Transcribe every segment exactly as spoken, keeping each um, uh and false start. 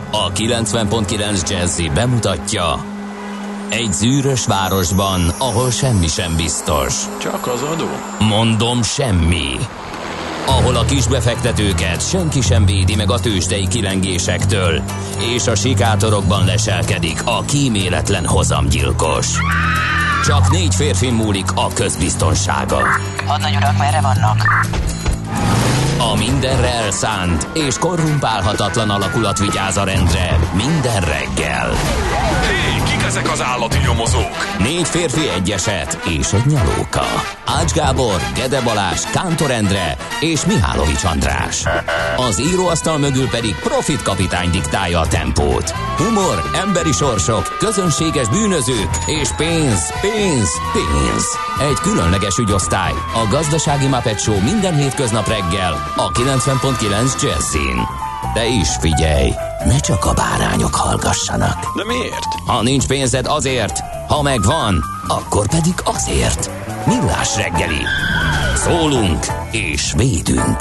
A kilencven pont kilenc Jazzy bemutatja: egy zűrös városban, ahol semmi sem biztos. Csak az adó? Mondom, semmi. Ahol a kisbefektetőket senki sem védi meg a tőzsdei kilengésektől, és a sikátorokban leselkedik a kíméletlen hozamgyilkos. Csak négy férfin múlik a közbiztonsága. Hadnagy urak, merre vannak? A mindenre elszánt és korrumpálhatatlan alakulat vigyáz a rendre minden reggel. Hé, kik ezek az állati nyomozók? Négy férfi, egy eset és egy nyalóka. Ács Gábor, Gede Balázs, Kántor Endre és Mihálovics András. Az íróasztal mögül pedig Profit kapitány diktálja a tempót. Humor, emberi sorsok, közönséges bűnözők és pénz, pénz, pénz. Egy különleges ügyosztály, a Gazdasági Muppet Show minden hétköznap reggel a kilencven pont kilenc Jazzyn. De is figyelj, ne csak a bárányok hallgassanak. De miért? Ha nincs pénzed, azért, ha megvan, akkor pedig azért. Millás reggeli. Szólunk és védünk.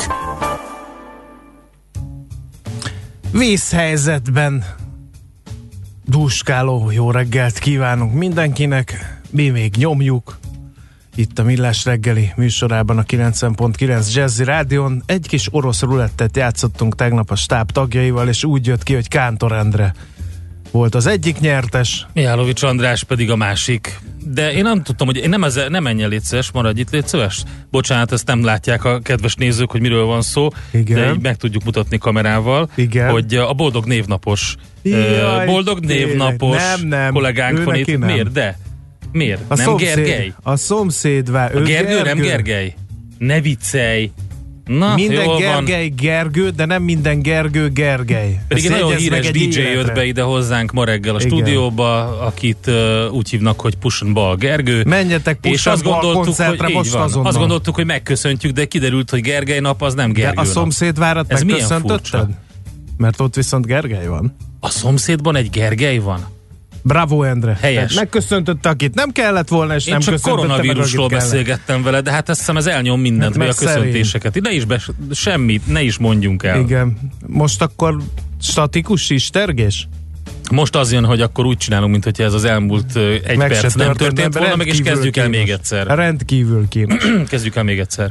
Vészhelyzetben dúskáló jó reggelt kívánunk mindenkinek. Mi még nyomjuk itt a Millás reggeli műsorában a kilencven pont kilenc Jazzy Rádion. Egy kis orosz rulettet játszottunk tegnap a stáb tagjaival, és úgy jött ki, hogy Kántor Endre volt az egyik nyertes. Mihálovics András pedig a másik. De én nem tudtam, hogy én nem, ezzel, nem menj el, légy szíves, maradj itt, légy szíves. Bocsánat, ezt nem látják a kedves nézők, hogy miről van szó, igen. De így meg tudjuk mutatni kamerával, igen. Hogy a boldog névnapos Jaj, boldog névnapos nem, nem, kollégánk van itt. Nem. Miért? De? Miért? A nem szomszéd, Gergely? A szomszéd vár. A Gergő, Gergő nem Gergely? Ne viccelj! Na, minden Gergely van. Gergő, de nem minden Gergő Gergely. Pedig egy nagyon híres dé dzsé jött be ide hozzánk ma reggel a Igen. stúdióba, akit uh, úgy hívnak, hogy Push and Ball Gergő. Menjetek Push and Ball koncertre most azonnal. Azt gondoltuk, hogy megköszöntjük, de kiderült, hogy Gergely nap az nem Gergő de a nap. szomszédvárat megköszöntötted? Mert ott viszont Gergely van. A szomszédban egy Gergely van? Bravo, Endre. Helyes. Megköszöntötte, akit nem kellett volna, és Én nem csak koronavírusról meg, beszélgettem vele, de hát azt hiszem ez elnyom mindent, vagy a köszöntéseket. Ne is be, semmit, ne is mondjunk el. Igen. Most akkor statikus sistergés? Most az jön, hogy akkor úgy csinálunk, mint hogyha ez az elmúlt egy meg perc nem történt volna, meg és kezdjük kínos. el még egyszer. Rendkívül kínos. Kezdjük el még egyszer.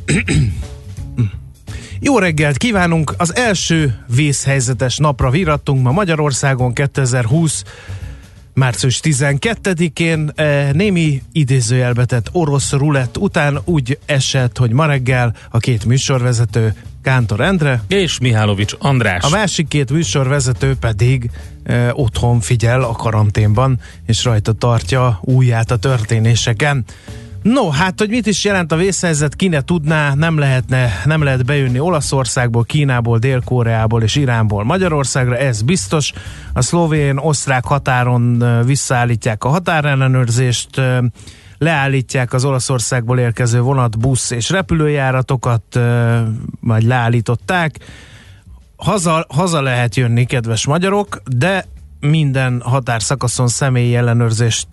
Jó reggelt kívánunk! Az első vészhelyzetes napra virrattunk ma Magyarországon kétezer-húsz március tizenkettedikén. Némi idézőjelbe tett orosz rulett után úgy esett, hogy ma reggel a két műsorvezető, Kántor Endre és Mihálovics András. A másik két műsorvezető pedig e, otthon figyel a karanténban, és rajta tartja ujját a történéseken. No, hát, hogy mit is jelent a vészhelyzet, ki ne tudná, nem lehetne, nem lehet bejönni Olaszországból, Kínából, Dél-Koreából és Iránból Magyarországra, ez biztos. A szlovén-osztrák határon visszaállítják a határellenőrzést, leállítják az Olaszországból érkező vonat, busz és repülőjáratokat, majd leállították. Haza, haza lehet jönni, kedves magyarok, de minden határszakaszon személyi ellenőrzést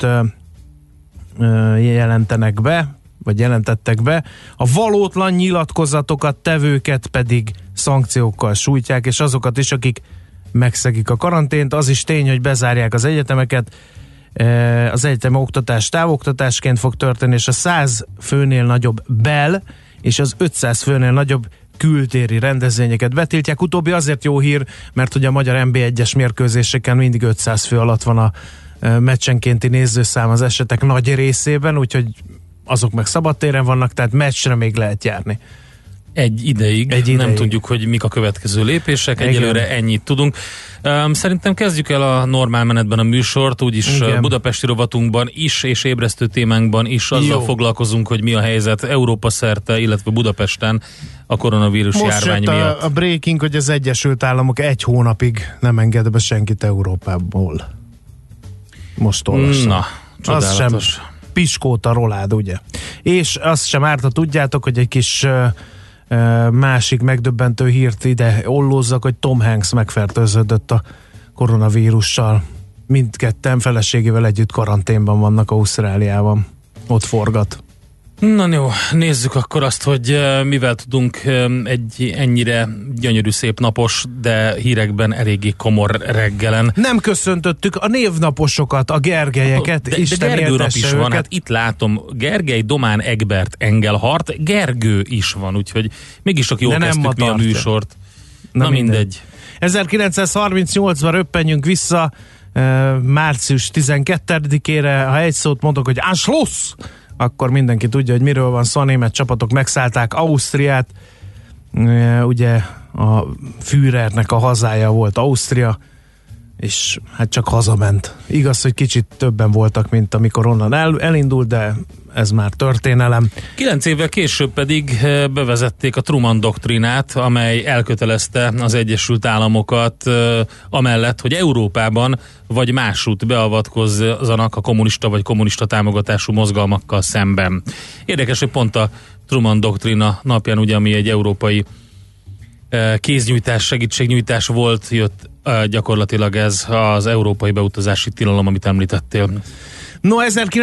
jelentenek be, vagy jelentettek be. A valótlan nyilatkozatokat tevőket pedig szankciókkal sújtják, és azokat is, akik megszegik a karantént. Az is tény, hogy bezárják az egyetemeket. Az egyetemi oktatás távoktatásként fog történni, és a száz főnél nagyobb bel és az ötszáz főnél nagyobb kültéri rendezvényeket betiltják. Utóbbi azért jó hír, mert ugye a magyar en bé egyes mérkőzéseken mindig ötszáz fő alatt van a meccsenkénti nézőszám az esetek nagy részében, úgyhogy azok meg szabadtéren vannak, tehát meccsre még lehet járni. Egy ideig, Egy ideig. Nem tudjuk, hogy mik a következő lépések, Igen. egyelőre ennyit tudunk. Szerintem kezdjük el a normál menetben a műsort, úgyis Igen. budapesti rovatunkban is, és ébresztő témánkban is azzal Jó. foglalkozunk, hogy mi a helyzet Európa szerte, illetve Budapesten a koronavírus Most járvány miatt. miatt. A, a breaking, hogy az Egyesült Államok egy hónapig nem enged be senkit Európából. Most olvasom. Na, csodálatos. Az sem piskóta rolád, ugye? És azt sem árt, ha tudjátok, hogy egy kis uh, uh, másik megdöbbentő hírt ide ollózzak, hogy Tom Hanks megfertőződött a koronavírussal. Mindketten feleségével együtt karanténban vannak Ausztráliában. Ott forgat. Na jó, nézzük akkor azt, hogy mivel tudunk egy ennyire gyönyörű, szép napos, de hírekben eléggé komor reggelen. Nem köszöntöttük a névnaposokat, a Gergelyeket. De, de Gergő nap is őket. Van, hát itt látom, Gergely, Domán, Egbert, Engelhart, Gergő is van, úgyhogy mégis csak jól kezdtük mi a műsort. Na, Na mindegy. mindegy. ezerkilencszázharmincnyolcban röppenjünk vissza uh, március tizenkettedikére, ha egy szót mondok, hogy Anschluss, akkor mindenki tudja, hogy miről van szó. A német csapatok megszállták Ausztriát, uh, ugye a Führernek a hazája volt Ausztria, és hát csak hazament. Igaz, hogy kicsit többen voltak, mint amikor onnan el, elindult, de ez már történelem. Kilenc évvel később pedig bevezették a Truman doktrinát, amely elkötelezte az Egyesült Államokat amellett, hogy Európában vagy másút beavatkozzanak a kommunista vagy kommunista támogatású mozgalmakkal szemben. Érdekes, hogy pont a Truman doktrina napján, ugye, ami egy európai kéznyújtás, segítségnyújtás volt, jött gyakorlatilag ez az európai beutazási tilalom, amit említettél. No,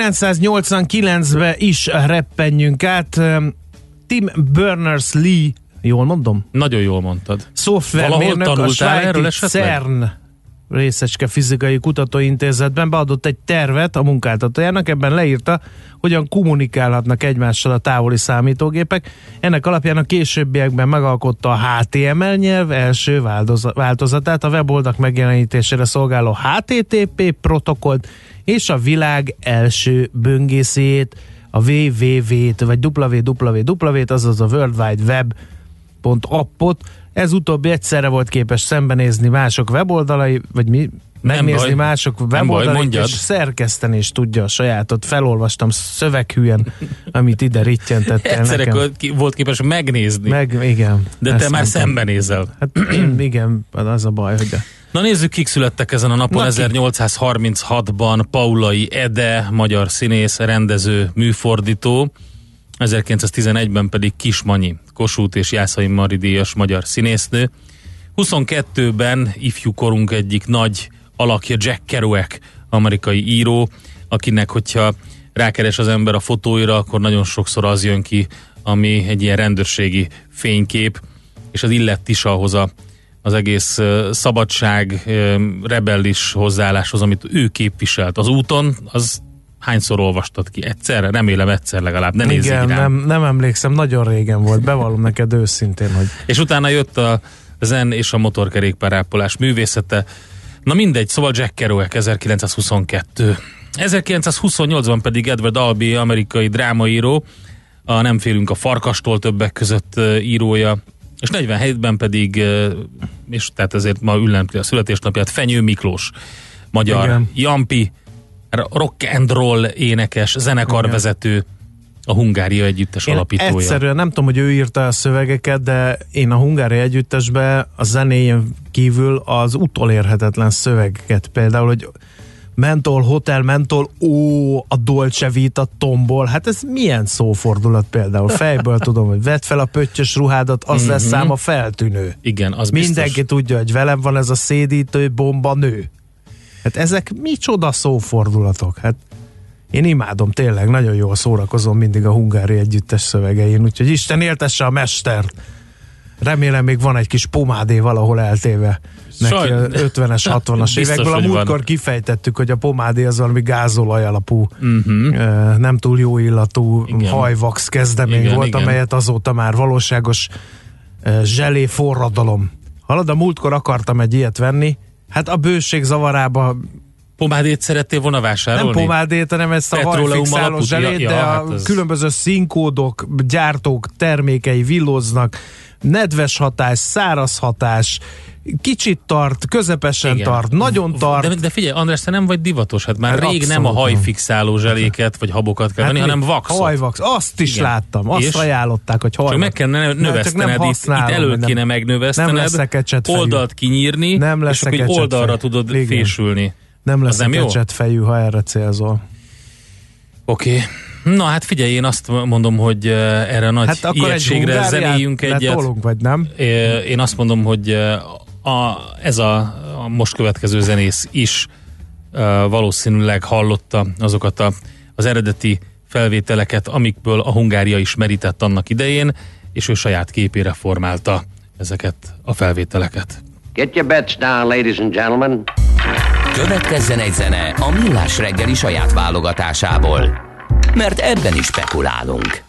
ezerkilencszáznyolcvankilencben is reppenjünk át. Tim Berners-Lee, jól mondom? Nagyon jól mondtad. Szoftvermérnök a svájci CERN részecske fizikai kutatóintézetben beadott egy tervet a munkáltatójának, ebben leírta, hogyan kommunikálhatnak egymással a távoli számítógépek. Ennek alapján a későbbiekben megalkotta a há té em el nyelv első változatát, a weboldalak megjelenítésére szolgáló há té té pé protokollt és a világ első böngészéjét, a double-u double-u double-u-t vagy double-u double-u double-u-t, azaz a World Wide Web pont appot. Ez utóbbi egyszerre volt képes szembenézni mások weboldalai, vagy mi? Megnézni mások weboldalait, és szerkeszteni is tudja a sajátot. Felolvastam szöveghűen, amit ide rittyentettél egyszerre nekem. Volt képes megnézni. Meg, igen. De te már szembenézel. Hát igen, az a baj, hogy... De... Na nézzük, kik születtek ezen a napon. Na, ezernyolcszázharminchatban Paulai Ede, magyar színész, rendező, műfordító. ezerkilencszáztizenegyben pedig Kismanyi, Kossuth és Jászai Mari díjas magyar színésznő. huszonkettőben ifjú korunk egyik nagy alakja Jack Kerouac, amerikai író, akinek, hogyha rákeres az ember a fotóira, akkor nagyon sokszor az jön ki, ami egy ilyen rendőrségi fénykép, és az illett is ahhoz a, az egész uh, szabadság, uh, rebellis hozzáálláshoz, amit ő képviselt az úton. Az hányszor olvastad ki? Egyszer? Remélem egyszer legalább. Ne nézzék rám. Nem, nem emlékszem, nagyon régen volt. Bevallom neked őszintén, hogy... És utána jött a zen és a motorkerékpárápolás művészete. Na mindegy, szóval Jack Kerouac, ezerkilencszázhuszonkettő. ezerkilencszázhuszonnyolcban pedig Edward Albee, amerikai drámaíró, a Nem félünk a farkastól többek között írója, és negyvenhétben pedig, és tehát ezért ma ünnepli a születésnapját, Fenyő Miklós, magyar igen. Jampi, rock and roll énekes, zenekarvezető, a Hungária Együttes én alapítója. Egyszerűen nem tudom, hogy ő írta a szövegeket, de én a Hungária Együttesbe a zenéjén kívül az utolérhetetlen szövegeket, például, hogy Mentol, Hotel, Mentol, ó, a Dolce Vita tombol, hát ez milyen szófordulat például, fejből tudom, hogy vedd fel a pöttyös ruhádat, az mm-hmm. lesz száma feltűnő. Igen, az mindenki biztos. tudja, hogy velem van ez a szédítő bomba nő. Hát ezek micsoda szófordulatok, hát én imádom, tényleg, nagyon jól szórakozom mindig a Hungária Együttes szövegein, úgyhogy Isten éltesse a mestert. Remélem még van egy kis pomádé valahol eltéve neki Saj, ötvenes, hatvanas évekből. A múltkor van. Kifejtettük, hogy a pomádé az valami gázolaj alapú, uh-huh. nem túl jó illatú igen. hajvax kezdemény igen, volt, igen. amelyet azóta már valóságos zselé forradalom. Hallod, a múltkor akartam egy ilyet venni, hát a bőség zavarába pomádét szerettél volna vásárolni? Nem pomádét, hanem ezt a hajfixáló zselét, ja, de ja, a hát különböző színkódok, gyártók termékei villóznak, nedves hatás, száraz hatás, kicsit tart, közepesen igen. tart, nagyon tart. De, de figyelj, András, te nem vagy divatos, hát már rég nem a hajfixáló zseléket vagy habokat kell hát venni, hanem vaxot. Hajvax, azt is igen. láttam, azt és ajánlották, hogy hajvax. Csak meg kell növesztened, itt, itt elő kéne nem, megnövesztened, oldalt kinyírni, nem és akkor oldalra tudod igen. fésülni. Nem lesz nem kecset fejű, ha erre célzol. Oké. Okay. Na hát figyelj, én azt mondom, hogy erre a nagy hát ijegységre zenéljünk egyet. Letolunk, vagy nem? Én azt mondom, hogy a, ez a, a most következő zenész is valószínűleg hallotta azokat a, az eredeti felvételeket, amikből a Hungária is merített annak idején, és ő saját képére formálta ezeket a felvételeket. Get your bets down, ladies and gentlemen. Következzen egy zene a Millás reggeli saját válogatásából, mert ebben is spekulálunk.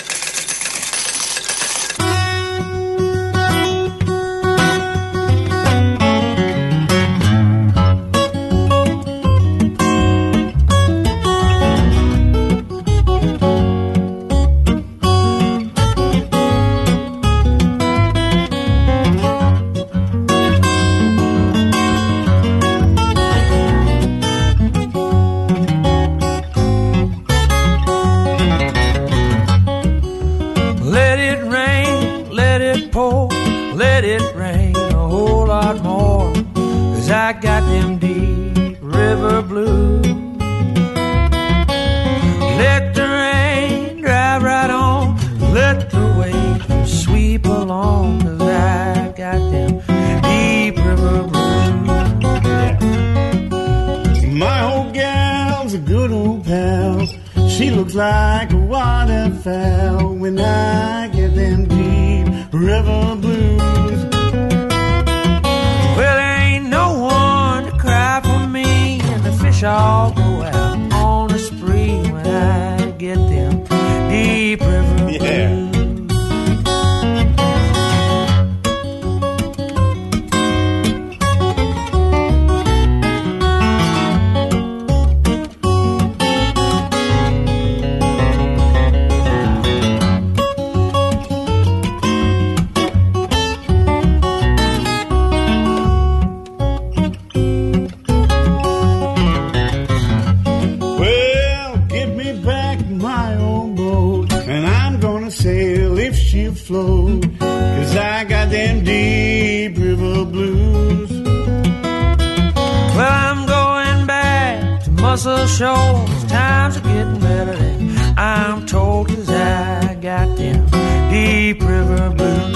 I got them deep river blues. Let the rain drive right on, let the waves sweep along, 'cause I got them deep river blues. My old gal's a good old pal. She looks like a waterfowl when I get them deep river blues. I'll go out on a spree when I get them deep river blues. Yeah. Float, 'cause I got them deep river blues. Well, I'm going back to Muscle Shoals. Times are getting better than I'm told, 'cause I got them deep river blues.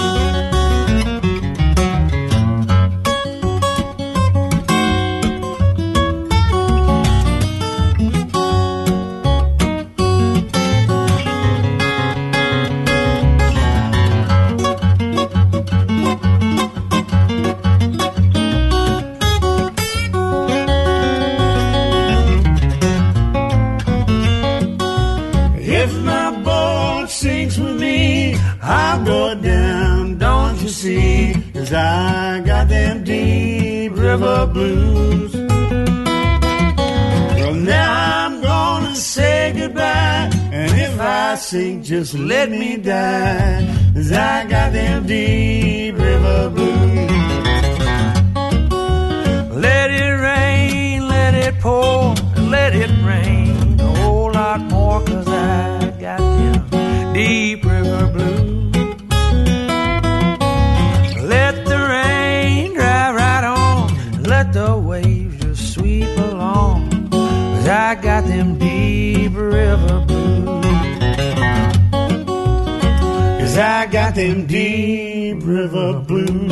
I got them deep river blues. Well, now I'm gonna say goodbye, and if I sink, just let me die, 'cause I got them deep river blues. Let it rain, let it pour, let it rain a whole lot more, 'cause I got them deep river blues. Let the waves just sweep along, 'cause I got them deep river blues. 'Cause I got them deep river blues.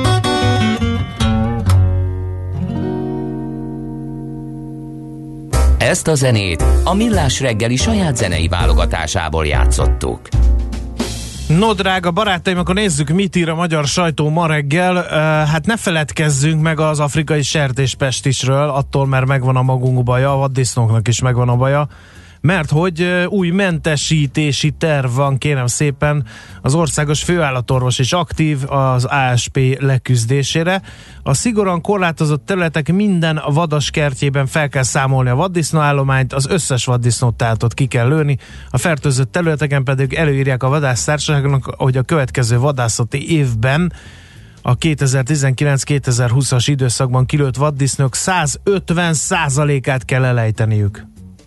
Ezt a zenét a Millás reggeli saját zenei válogatásából játszottuk. No, drága barátaim, akkor nézzük, mit ír a magyar sajtó ma reggel. Uh, hát ne feledkezzünk meg az afrikai sertéspestisről, attól, mert megvan a magunk baja, a vaddisznóknak is megvan a baja, mert hogy uh, új mentesítési terv van, kérem szépen, az országos főállatorvos is aktív az á es pé leküzdésére. A szigorúan korlátozott területek minden vadas kertjében fel kell számolni a vaddisznóállományt, az összes vaddisznót tehát ott ki kell lőni, a fertőzött területeken pedig előírják a vadásztársaságnak, hogy a következő vadászati évben a kétezer-tizenkilenc kétezer-húszas időszakban kilőtt vaddisznók százötven százalékát kell elejteniük.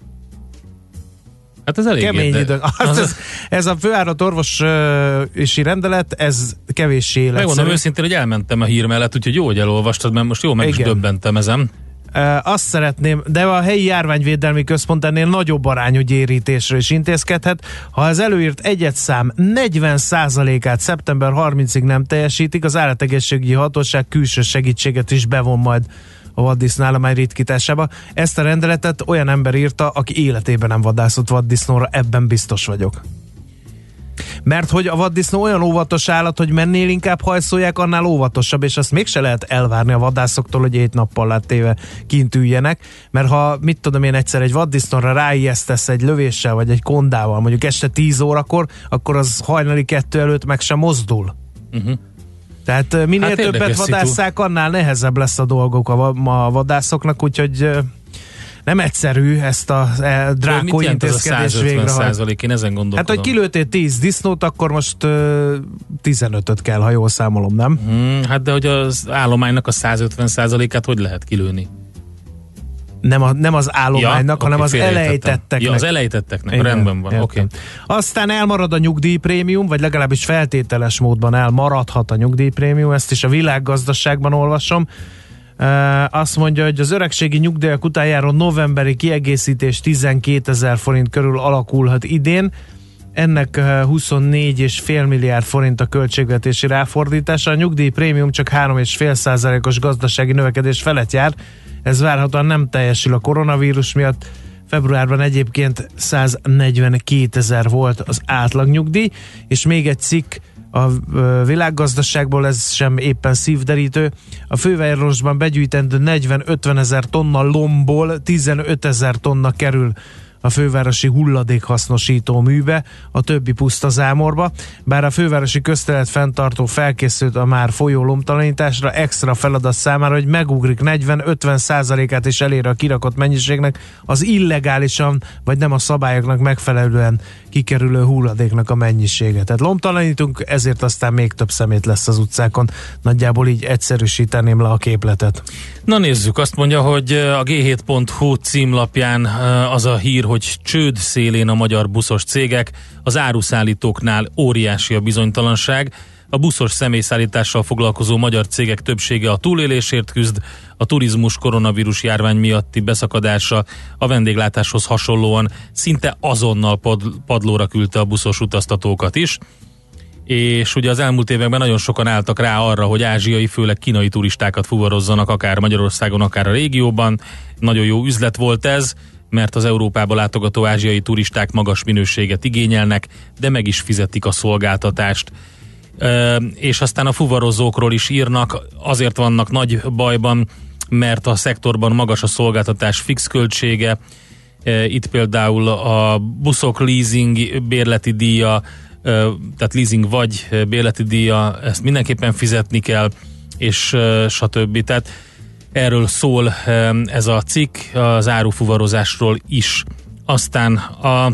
Hát ez elég kemény idő. Az ez, ez a főállatorvosi rendelet, ez kevéssé életszerű. Megmondom őszintén, hogy elmentem a hír mellett, úgyhogy jó, hogy elolvastad, mert most jó, meg Igen. is döbbentem ezen. E, azt szeretném, de a helyi járványvédelmi központ ennél nagyobb arányú gyérítésről is intézkedhet. Ha az előírt egyedszám negyven százalékát szeptember harmincadikáig nem teljesítik, az állategészségügyi hatóság külső segítséget is bevon majd a a vaddisznállomány ritkításába. Ezt a rendeletet olyan ember írta, aki életében nem vadászott vaddisznóra, ebben biztos vagyok. Mert hogy a vaddisznó olyan óvatos állat, hogy mennél inkább hajszolják, annál óvatosabb, és azt mégse lehet elvárni a vadászoktól, hogy hét nappal látéve kint üljenek, mert ha, mit tudom én, egyszer egy vaddisznóra ráijesztesz egy lövéssel, vagy egy kondával, mondjuk este tíz órakor, akkor az hajnali kettő előtt meg sem mozdul. Uh-huh. Tehát minél hát többet vadásszák, annál nehezebb lesz a dolgok a, a vadászoknak, úgyhogy nem egyszerű ezt a e, drákó intézkedés végrehajtani. Én ezen gondolkodom. Hát, hogy kilőttél tíz disznót, akkor most uh, tizenötöt kell, ha jól számolom, nem? Hmm, hát de hogy az állománynak a százötven százalékát hogy lehet kilőni? Nem, a, nem az állománynak, ja, hanem okay, az elejtetteknek. Ja, az elejtetteknek, igen, rendben van. Okay. Aztán elmarad a nyugdíjprémium, vagy legalábbis feltételes módban elmaradhat a nyugdíjprémium, ezt is a Világgazdaságban olvasom. Uh, azt mondja, hogy az öregségi nyugdíjak után járó novemberi kiegészítés tizenkétezer forint körül alakulhat idén. Ennek uh, huszonnégy egész öt milliárd forint a költségvetési ráfordítása. A nyugdíjprémium csak három egész öt százalékos gazdasági növekedés felett jár. Ez várhatóan nem teljesül a koronavírus miatt. Februárban egyébként száznegyvenkétezer volt az átlagnyugdíj, és még egy cikk a Világgazdaságból, ez sem éppen szívderítő. A fővárosban begyűjtendő negyven-ötven ezer tonna lombból tizenötezer tonna kerül a fővárosi hulladékhasznosító műbe, a többi puszta zámorba. Bár a fővárosi közterület fenntartó felkészült a már folyó lombtalanításra, extra feladat számára, hogy megugrik negyven-ötven százalékát is elér a kirakott mennyiségnek az illegálisan, vagy nem a szabályoknak megfelelően kikerülő hulladéknak a mennyisége. Tehát lombtalanítunk, ezért aztán még több szemét lesz az utcákon. Nagyjából így egyszerűsíteném le a képletet. Na nézzük, azt mondja, hogy a gé hét pont hu címlapján az a hír, hogy csőd szélén a magyar buszos cégek, az áruszállítóknál óriási a bizonytalanság. A buszos személyszállítással foglalkozó magyar cégek többsége a túlélésért küzd, a turizmus koronavírus járvány miatti beszakadása a vendéglátáshoz hasonlóan szinte azonnal pad- padlóra küldte a buszos utaztatókat is. És ugye az elmúlt években nagyon sokan álltak rá arra, hogy ázsiai, főleg kínai turistákat fuvarozzanak akár Magyarországon, akár a régióban. Nagyon jó üzlet volt ez, mert az Európába látogató ázsiai turisták magas minőséget igényelnek, de meg is fizetik a szolgáltatást. E, és aztán a fuvarozókról is írnak, azért vannak nagy bajban, mert a szektorban magas a szolgáltatás fix költsége. E, itt például a buszok leasing bérleti díja, e, tehát leasing vagy bérleti díja, ezt mindenképpen fizetni kell, és e, stb. Tehát erről szól ez a cikk, az árufuvarozásról is. Aztán a,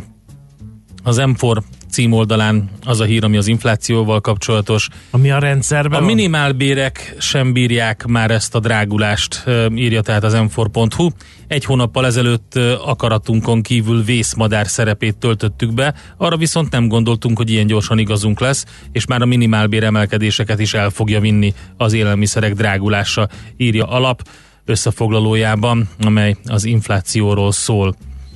az em négy címoldalán az a hír, ami az inflációval kapcsolatos. Ami a rendszerben A minimálbérek sem bírják már ezt a drágulást, írja tehát az em négy pont hu. Egy hónappal ezelőtt akaratunkon kívül vészmadár szerepét töltöttük be, arra viszont nem gondoltunk, hogy ilyen gyorsan igazunk lesz, és már a minimálbér emelkedéseket is el fogja vinni az élelmiszerek drágulása, írja a lap összefoglalójában, amely az inflációról szól.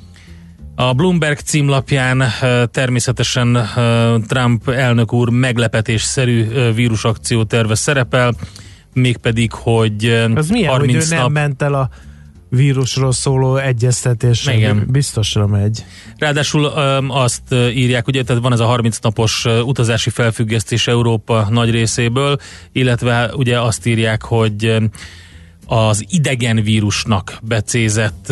A Bloomberg címlapján természetesen Trump elnök úr meglepetésszerű vírusakció terve szerepel, mégpedig, hogy az milyen, hogy ő nap... nem ment el a vírusról szóló egyeztetésre. Igen. Biztosra megy. Ráadásul azt írják, ugye, tehát van ez a harminc napos utazási felfüggesztés Európa nagy részéből, illetve ugye azt írják, hogy az idegen vírusnak becézett,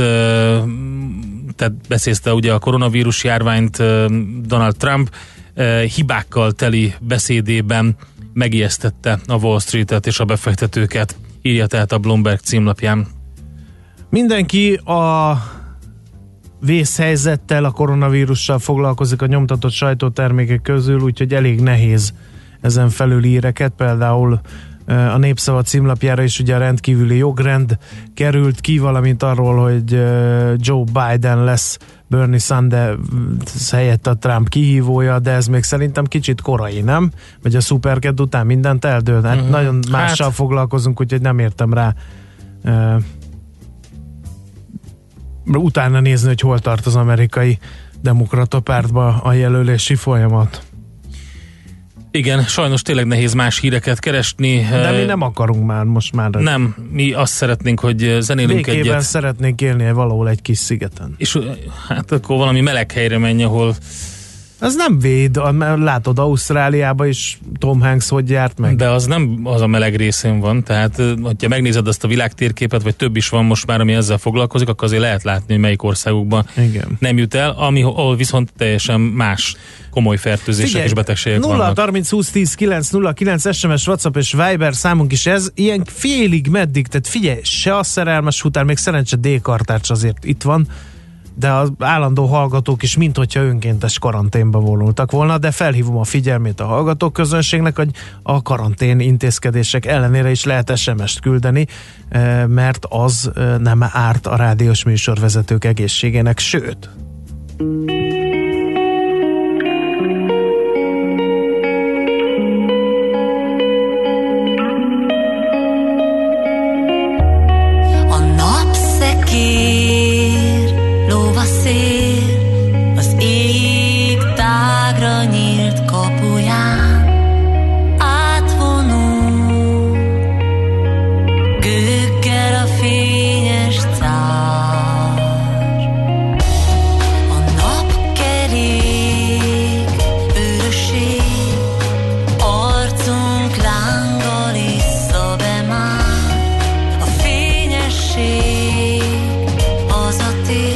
tehát beszézte ugye a koronavírus járványt Donald Trump, hibákkal teli beszédében megijesztette a Wall Street-et és a befektetőket, írja tehát a Bloomberg címlapján. Mindenki a vészhelyzettel, a koronavírussal foglalkozik a nyomtatott sajtótermékek közül, úgyhogy elég nehéz ezen felül íreket, például a Népszava címlapjára is ugye a rendkívüli jogrend került ki, valamint arról, hogy Joe Biden lesz Bernie Sanders helyett a Trump kihívója, de ez még szerintem kicsit korai, nem? Vagy a Superked után mindent eldőlt. Hát uh-huh. Nagyon mással hát. foglalkozunk, úgyhogy nem értem rá uh, utána nézni, hogy hol tart az amerikai demokrata pártba a jelölési folyamat. Igen, sajnos tényleg nehéz más híreket keresni. De mi nem akarunk már most már. Nem, mi azt szeretnénk, hogy zenélünk Békében egyet. Békében szeretnénk élni valahol egy kis szigeten. És hát akkor valami meleg helyre menj, ahol... Az nem véd, látod, Ausztráliában is Tom Hanks hogy járt meg. De az nem az a meleg részén van, tehát ha megnézed azt a világtérképet, vagy több is van most már, ami ezzel foglalkozik, akkor azért lehet látni, hogy melyik országokban Igen. nem jut el, ami, ahol viszont teljesen más komoly fertőzések Figyelj, és betegségek nulla vannak. harminc húsz tíz kilenc nulla kilenc es em es, WhatsApp és Viber számunk is ez, ilyen félig meddig, tehát figyelj, se a szerelmes futár, még szerencsé D-kartács azért itt van, de az állandó hallgatók is minthogyha önkéntes karanténba vonultak volna, de felhívom a figyelmét a hallgatók közönségnek, hogy a karantén intézkedések ellenére is lehet es em est küldeni, mert az nem árt a rádiós műsorvezetők egészségének, sőt. Az ég tágra nyílt kapuján átvonul gőkkel a fényes szár. A napkerék őröség, arcunk lánggal issza be már. A fényesség hazatér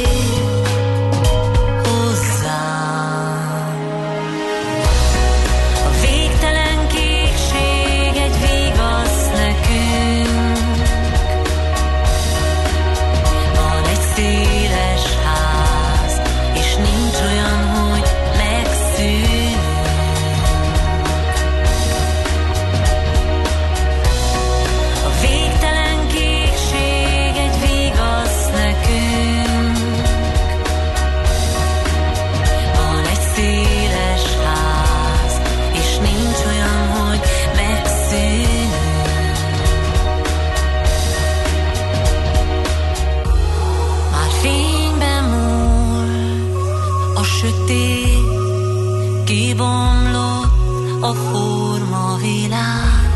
a forma világ,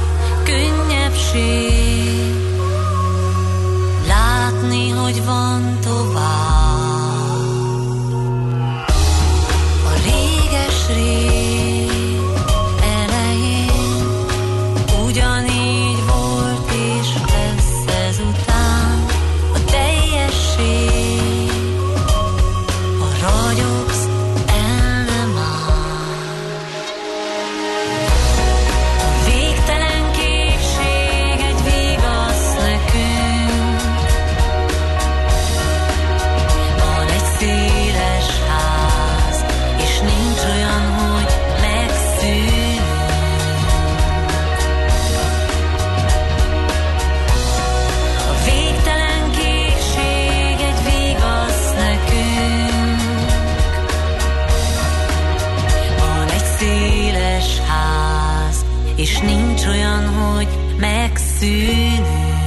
könnyebbség látni, hogy van tovább. A réges-rég elején ugyanígy volt és lesz ezután. A teljesség, ha ragyogsz, el nem áll. És nincs olyan, hogy megszűnünk.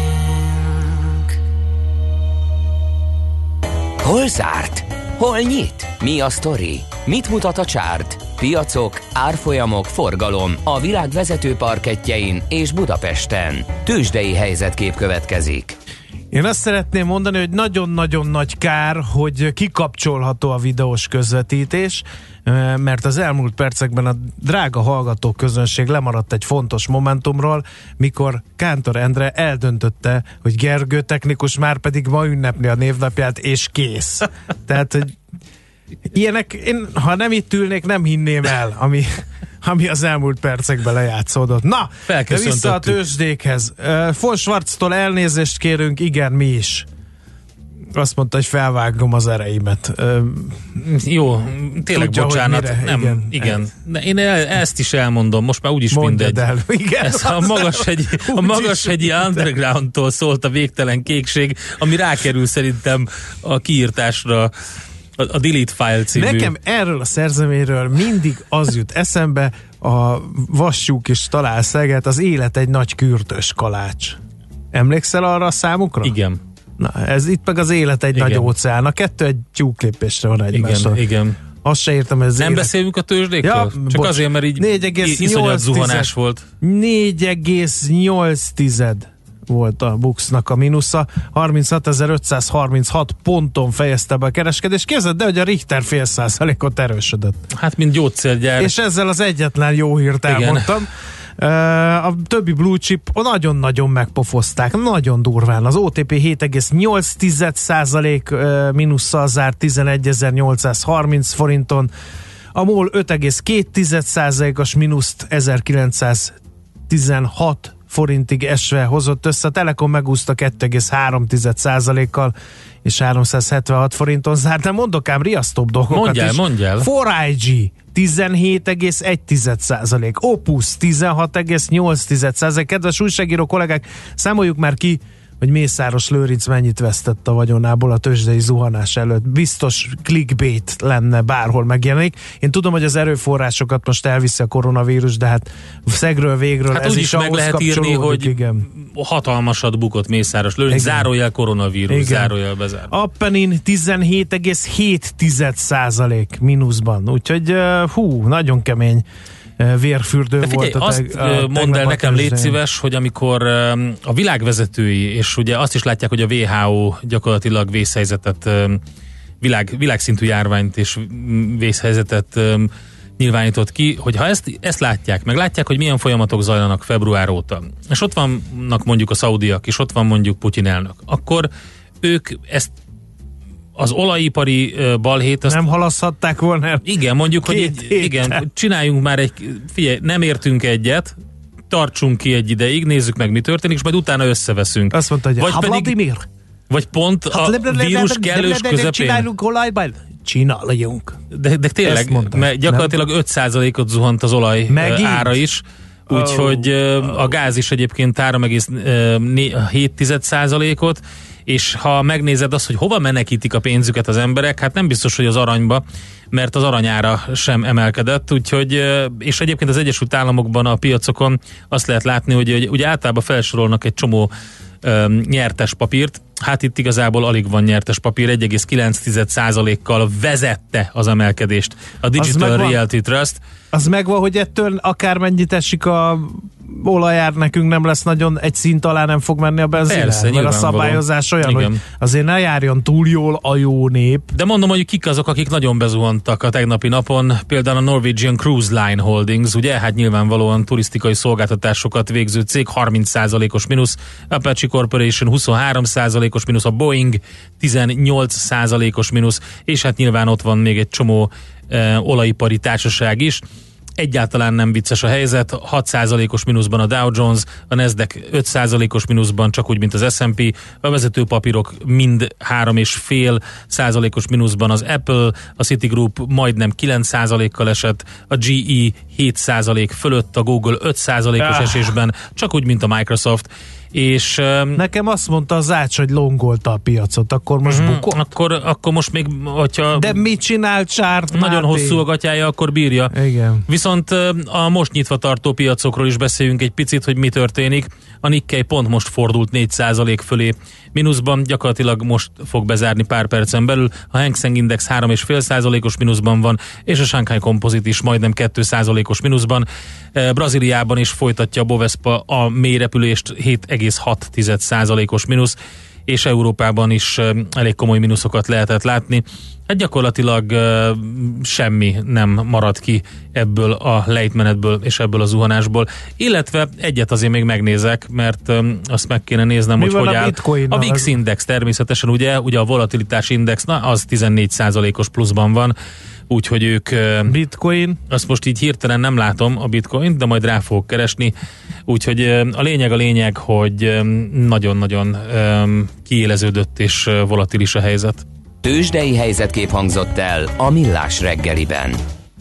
Hol zárt? Hol nyit? Mi a sztori? Mit mutat a csárt? Piacok, árfolyamok, forgalom a világ vezető parkettjein és Budapesten. Tőzsdei helyzetkép következik. Én azt szeretném mondani, hogy nagyon-nagyon nagy kár, hogy kikapcsolható a videós közvetítés, mert az elmúlt percekben a drága hallgató közönség lemaradt egy fontos momentumról, mikor Kántor Endre eldöntötte, hogy Gergő technikus már pedig ma ünnepli a névnapját, és kész. Tehát, hogy ilyenek, én, ha nem itt ülnék, nem hinném el, ami, ami az elmúlt percekben lejátszódott. Na, de vissza a tőzsdékhez. Von Schwarztól elnézést kérünk, igen, mi is. Azt mondta, hogy felvágom az ereimet. Jó, tényleg tudja, bocsánat. Nem, igen. igen. De én el, ezt is elmondom, most már úgyis Mondjad mindegy. El. Igen, ez a magashegyi, a magashegyi undergroundtól szólt a végtelen kékség, ami rákerül szerintem a kiírtásra, a, a Delete File című. Nekem erről a szerzeményről mindig az jut eszembe, a Vassjuk is talál Szeget, az élet egy nagy kürtös kalács. Emlékszel arra a számukra? Igen. Na, ez itt meg az élet egy igen. nagy óceán. A kettő egy tyúklépésre van egymásra. Igen, igen. Azt se értem, ez Nem élet. beszélünk a tőzsdékről? Ja, Csak bocs. azért, mert így négy egész iszonyat nyolc zuhanás volt. négy egész nyolc volt a Buxnak a mínusza, harminchatodezer-ötszázharminchat ponton fejezte be a kereskedés. Képzeld, de hogy a Richter fél százalékot erősödött. Hát, mint gyógyszergyár. És ezzel az egyetlen jó hírt elmondtam. A többi blue chip nagyon-nagyon megpofozták, nagyon durván. Az o té pé hét egész nyolc százalék mínusszal zárt tizenegyezer-nyolcszázharminc forinton, a MOL öt egész két százalékos mínuszt ezerkilencszáztizenhat forintig esve hozott össze, a Telekom megúszta két egész három százalékkal és háromszázhetvenhat forinton zárt, de mondok ám riasztóbb dolgokat mondjál, is. Mondjál, négy i gé tizenhét egész egy százalék, Opus tizenhat egész nyolc százalék. Kedves újságíró kollégák, számoljuk már ki, hogy Mészáros Lőrinc mennyit vesztett a vagyonából a tőzsdei zuhanás előtt. Biztos clickbait lenne, bárhol megjelenik. Én tudom, hogy az erőforrásokat most elviszi a koronavírus, de hát szegről végről hát ez úgy is is meg lehet írni, hogy igen. hatalmasat bukott Mészáros Lőrinc, zárójel koronavírus, igen. zárójel bezárva. Appenin tizenhét egész hét százalék mínuszban, úgyhogy hú, nagyon kemény vérfürdő de figyelj, volt. A azt teg, mondd el nekem, légy szíves, hogy amikor a világvezetői, és ugye azt is látják, hogy a vé há ó gyakorlatilag vészhelyzetet, világ, világszintű járványt és vészhelyzetet nyilvánított ki, hogy ha ezt, ezt látják, meg látják, hogy milyen folyamatok zajlanak február óta, és ott vannak mondjuk a szaudiak, és ott van mondjuk Putyin elnök, akkor ők ezt az olajipari uh, balhét... Azt, nem halaszthatták volna el. Igen, mondjuk, hogy egy, igen, csináljunk már egy... Figyelj, nem értünk egyet, tartsunk ki egy ideig, nézzük meg, mi történik, és majd utána összeveszünk. Azt mondta, hogy vagy pedig, Vladimir. Vagy pont a vírus kellős közepén. Csináljunk olajban. Csináljunk. De, de tényleg, mert gyakorlatilag öt százalékot zuhant az olaj Megint? ára is, úgyhogy oh. a gáz is egyébként három egész hét százalékot, és ha megnézed azt, hogy hova menekítik a pénzüket az emberek, hát nem biztos, hogy az aranyba, mert az aranyára sem emelkedett, úgyhogy, és egyébként az Egyesült Államokban a piacokon azt lehet látni, hogy ugye általában felsorolnak egy csomó um, nyertes papírt, hát itt igazából alig van nyertes papír, egy egész kilenc százalékkal vezette az emelkedést a Digital Realty Trust. Az megvan, hogy ettől akármennyit esik a olajár, nekünk nem lesz nagyon, egy szint alá nem fog menni a benzin. Persze, mert a szabályozás olyan, igen. hogy azért ne járjon túl jól a jó nép. De mondom, hogy kik azok, akik nagyon bezuhantak a tegnapi napon, például a Norwegian Cruise Line Holdings, ugye, hát nyilvánvalóan turisztikai szolgáltatásokat végző cég, harminc százalékos mínusz, Apache Corporation huszonhárom százalékos mínusz, a Boeing tizennyolc százalékos mínusz, és hát nyilván ott van még egy csomó eh, olajipari társaság is. Egyáltalán nem vicces a helyzet, hat százalékos mínuszban a Dow Jones, a Nasdaq öt százalékos mínuszban, csak úgy, mint az es and pé, a vezetőpapírok mind három egész öt százalékos mínuszban, az Apple, a Citigroup majdnem kilenc százalékkal esett, a gé é hét százalék fölött, a Google öt százalékos ah. esésben, csak úgy, mint a Microsoft. És, nekem azt mondta az Ács, hogy longolta a piacot, akkor most mm, bukott? Akkor, akkor most még, hogyha... De mit csinált Csárt Nagyon Máté? Hosszú a gatyája, akkor bírja. Igen. Viszont a most nyitva tartó piacokról is beszéljünk egy picit, hogy mi történik. A Nikkei pont most fordult négy százalék fölé mínuszban, gyakorlatilag most fog bezárni pár percen belül. A Hang Seng Index három egész öt százalékos mínuszban van, és a Shanghai Composite is majdnem két százalékos mínuszban. Brazíliában is folytatja a Bovespa a mélyrepülést, hét egész hat százalékos mínusz, és Európában is elég komoly mínuszokat lehetett látni. Hát gyakorlatilag uh, semmi nem marad ki ebből a lejtmenetből és ebből a zuhanásból. Illetve egyet azért még megnézek, mert um, azt meg kéne néznem, mi hogy hogy áll. A vé i iksz index természetesen, ugye, ugye a volatilitás index, na az tizennégy százalékos pluszban van, úgyhogy ők... Bitcoin? Azt most így hirtelen nem látom a bitcoint, de majd rá fogok keresni. Úgyhogy a lényeg a lényeg, hogy nagyon-nagyon kiéleződött és volatilis a helyzet. Tőzsdei helyzetkép hangzott el a Millás reggeliben.